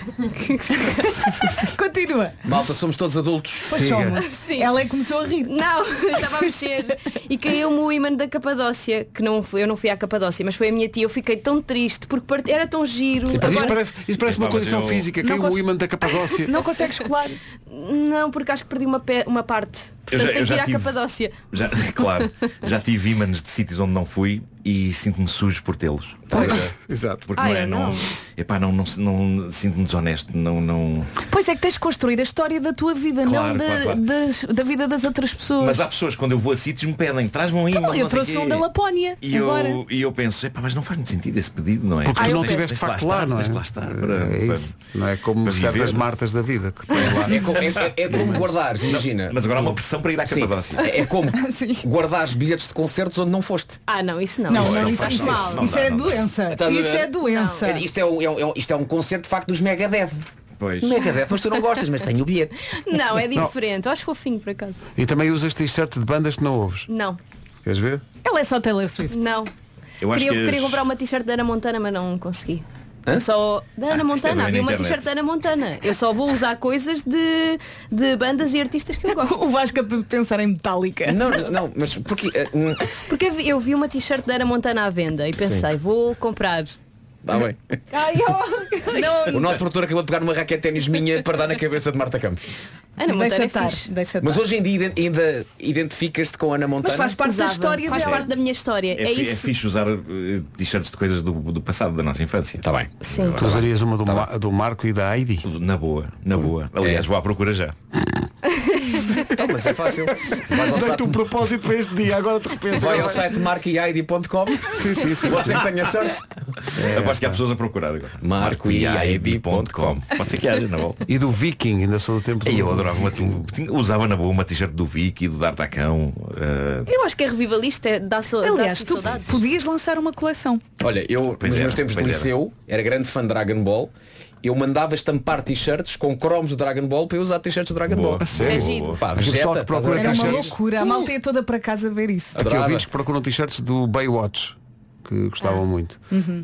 Continua. Malta, somos todos adultos. Pois somos. Sim. Ela começou a rir. Não, estava a mexer e caiu-me o ímã da Capadócia. Que eu não fui à Capadócia, mas foi a minha tia. Eu fiquei tão triste porque era tão giro. Agora... Isso parece uma condição física. Caiu o ímã da Capadócia. Não consegues colar? Não, porque acho que perdi uma parte. Portanto, tenho que ir à Capadócia. Claro, já tive ímãs de sítios onde não fui e sinto-me sujo por tê-los. Exato. Porque não sinto-me desonesto. Não... Pois é que tens de construir a história da tua vida, claro, não da vida das outras pessoas. Mas há pessoas, quando eu vou a sítios, me pedem, traz-me um imã. Eu trouxe um da Lapónia. E eu penso, mas não faz muito sentido esse pedido, não é? Porque não tiveste de facto lá, não é? Lá estar não é como certas Martas da vida que lá. É como guardares, imagina. Mas agora há uma pressão para ir à Capadócia. É como guardares bilhetes de concertos onde não foste. Não, isso não. Não, isso faz mal. Isso é doença. Isso é doença. Isto é um concerto de facto dos Megadeth. Pois. Megadeth, mas tu não gostas, mas tenho o bilhete. Não, é diferente. Eu acho fofinho por acaso. E também usas t-shirts de bandas que não ouves? Não. Queres ver? Ela é só Taylor Swift. Não. Queria comprar uma t-shirt da Ana Montana, mas não consegui. Eu só da Ana Montana, havia uma t-shirt da Ana Montana. Eu só vou usar coisas de bandas e artistas que eu gosto. O Vasco a pensar em Metallica. Não, mas porque eu vi uma t-shirt da Ana Montana à venda e pensei, vou comprar. Está bem. O nosso produtor acabou de pegar uma raquete de ténis minha para dar na cabeça de Marta Campos. Ana Montana é fixe. Mas hoje em dia ainda identificas-te com a Ana Montana? Mas faz parte da história dela. Faz parte da minha história. É fixe usar t-shirts de coisas do passado, da nossa infância. Está bem. Sim. Tu usarias uma do Marco e da Heidi? Na boa. Aliás, vou à procura já. Então, mas é fácil. Dá-te um propósito para este dia, agora de repente. Vai ao site marcoeid.com. Sim. Você que tenha sorte. Aposto que há pessoas a procurar agora. marcoeid.com. Pode ser que haja na volta. E do Viking, ainda sou do tempo do... Eu adorava usava na boa uma t-shirt do Vicky e do D'Artacão. Eu acho que é revivalista, aliás, tu podias lançar uma coleção. Olha, eu nos meus tempos de liceu era grande fã de Dragon Ball. Eu mandava estampar t-shirts com cromos do Dragon Ball para eu usar t-shirts do Dragon Ball. Vegeta, era uma loucura. A malta ia toda para casa ver isso. Aqui ouvintes que procuram t-shirts do Baywatch, que gostavam muito.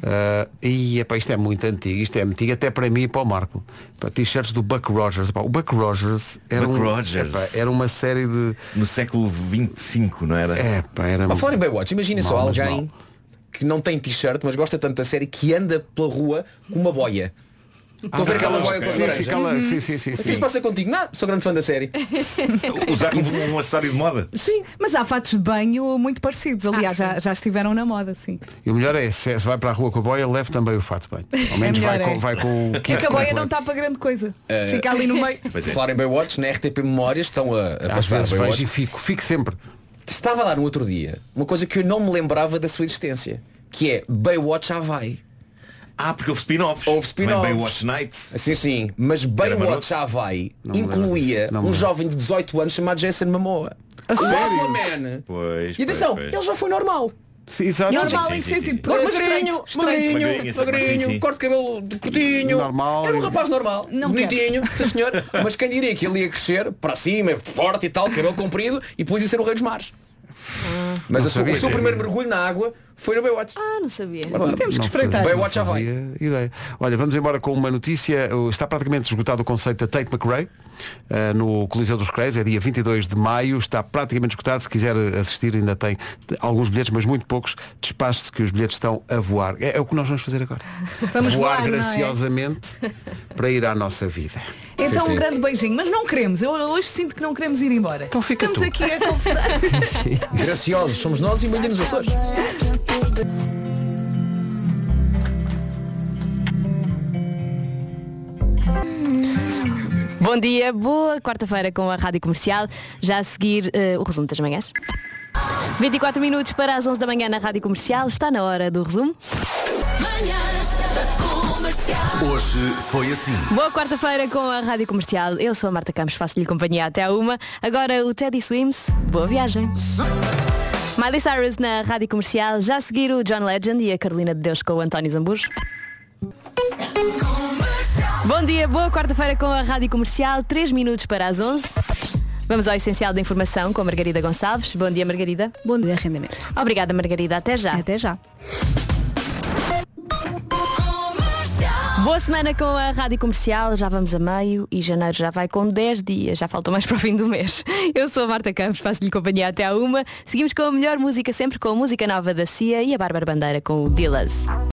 Isto é muito antigo. Isto é antigo até para mim e para o Marco. T-shirts do Buck Rogers. O Buck Rogers era uma série de... No século 25, não era? Era... A falar em Baywatch, imagina só alguém que não tem t-shirt, mas gosta tanto da série que anda pela rua com uma boia. Estou a ver aquela boia com sim. O que se passa contigo? Nada, sou grande fã da série. Usar como um acessório de moda? Sim, mas há fatos de banho muito parecidos. Aliás, já estiveram na moda, sim. E o melhor é, se vai para a rua com a boia, leve também o fato de banho. Ao menos vai com o kit. É que a boia não está para grande coisa. Fica ali no meio. Falar em Baywatch, na RTP Memórias estão a às passar vezes Baywatch. vejo e fico sempre. Estava a dar no outro dia uma coisa que eu não me lembrava da sua existência, que é Baywatch Havaí. Porque houve spin-offs. Baywatch Nights. Sim, mas Baywatch Havaí incluía um jovem de 18 anos chamado Jason Momoa. A sério? Aquaman. Pois, e atenção, ele já foi normal. Sim, exato. Normal em sentido magrinho, corte de cabelo curtinho. Normal. Era um rapaz normal, bonitinho, sim senhor. Mas quem diria que ele ia crescer para cima, forte e tal, cabelo comprido, e depois ia ser o rei dos mares. Mas o seu primeiro mergulho na água foi no Baywatch. Não sabia. Temos que espreitar. Baywatch Havaí. Ideia. Olha, vamos embora com uma notícia. Está praticamente esgotado o conceito da Tate McRae no Coliseu dos Recreios. É dia 22 de maio. Está praticamente esgotado. Se quiser assistir, ainda tem alguns bilhetes, mas muito poucos. Despache-se que os bilhetes estão a voar. É o que nós vamos fazer agora. Vamos voar graciosamente para ir à nossa vida. Então um grande beijinho, mas não queremos. Eu hoje sinto que não queremos ir embora. Então fica Estamos aqui a conversar. Graciosos somos nós e imagina nos Açores. Bom dia, boa quarta-feira com a Rádio Comercial. Já a seguir o resumo das manhãs. 24 minutos para as 11 da manhã na Rádio Comercial. Está na hora do resumo. Hoje foi assim. Boa quarta-feira com a Rádio Comercial. Eu sou a Marta Campos, faço-lhe companhia até à 1. Agora o Teddy Swims. Boa viagem. Miley Cyrus na Rádio Comercial. Já a seguir o John Legend e a Carolina de Deus com o António Zambujo. Bom dia, boa quarta-feira com a Rádio Comercial. 3 minutos para as 11. Vamos ao essencial da informação com a Margarida Gonçalves. Bom dia, Margarida. Bom dia, Rendimento. Obrigada, Margarida. Até já. Até já. Boa semana com a Rádio Comercial. Já vamos a meio e janeiro já vai com 10 dias. Já falta mais para o fim do mês. Eu sou a Marta Campos, faço-lhe companhia até à 1. Seguimos com a melhor música sempre, com a música nova da Cia e a Bárbara Bandeira com o Dillas.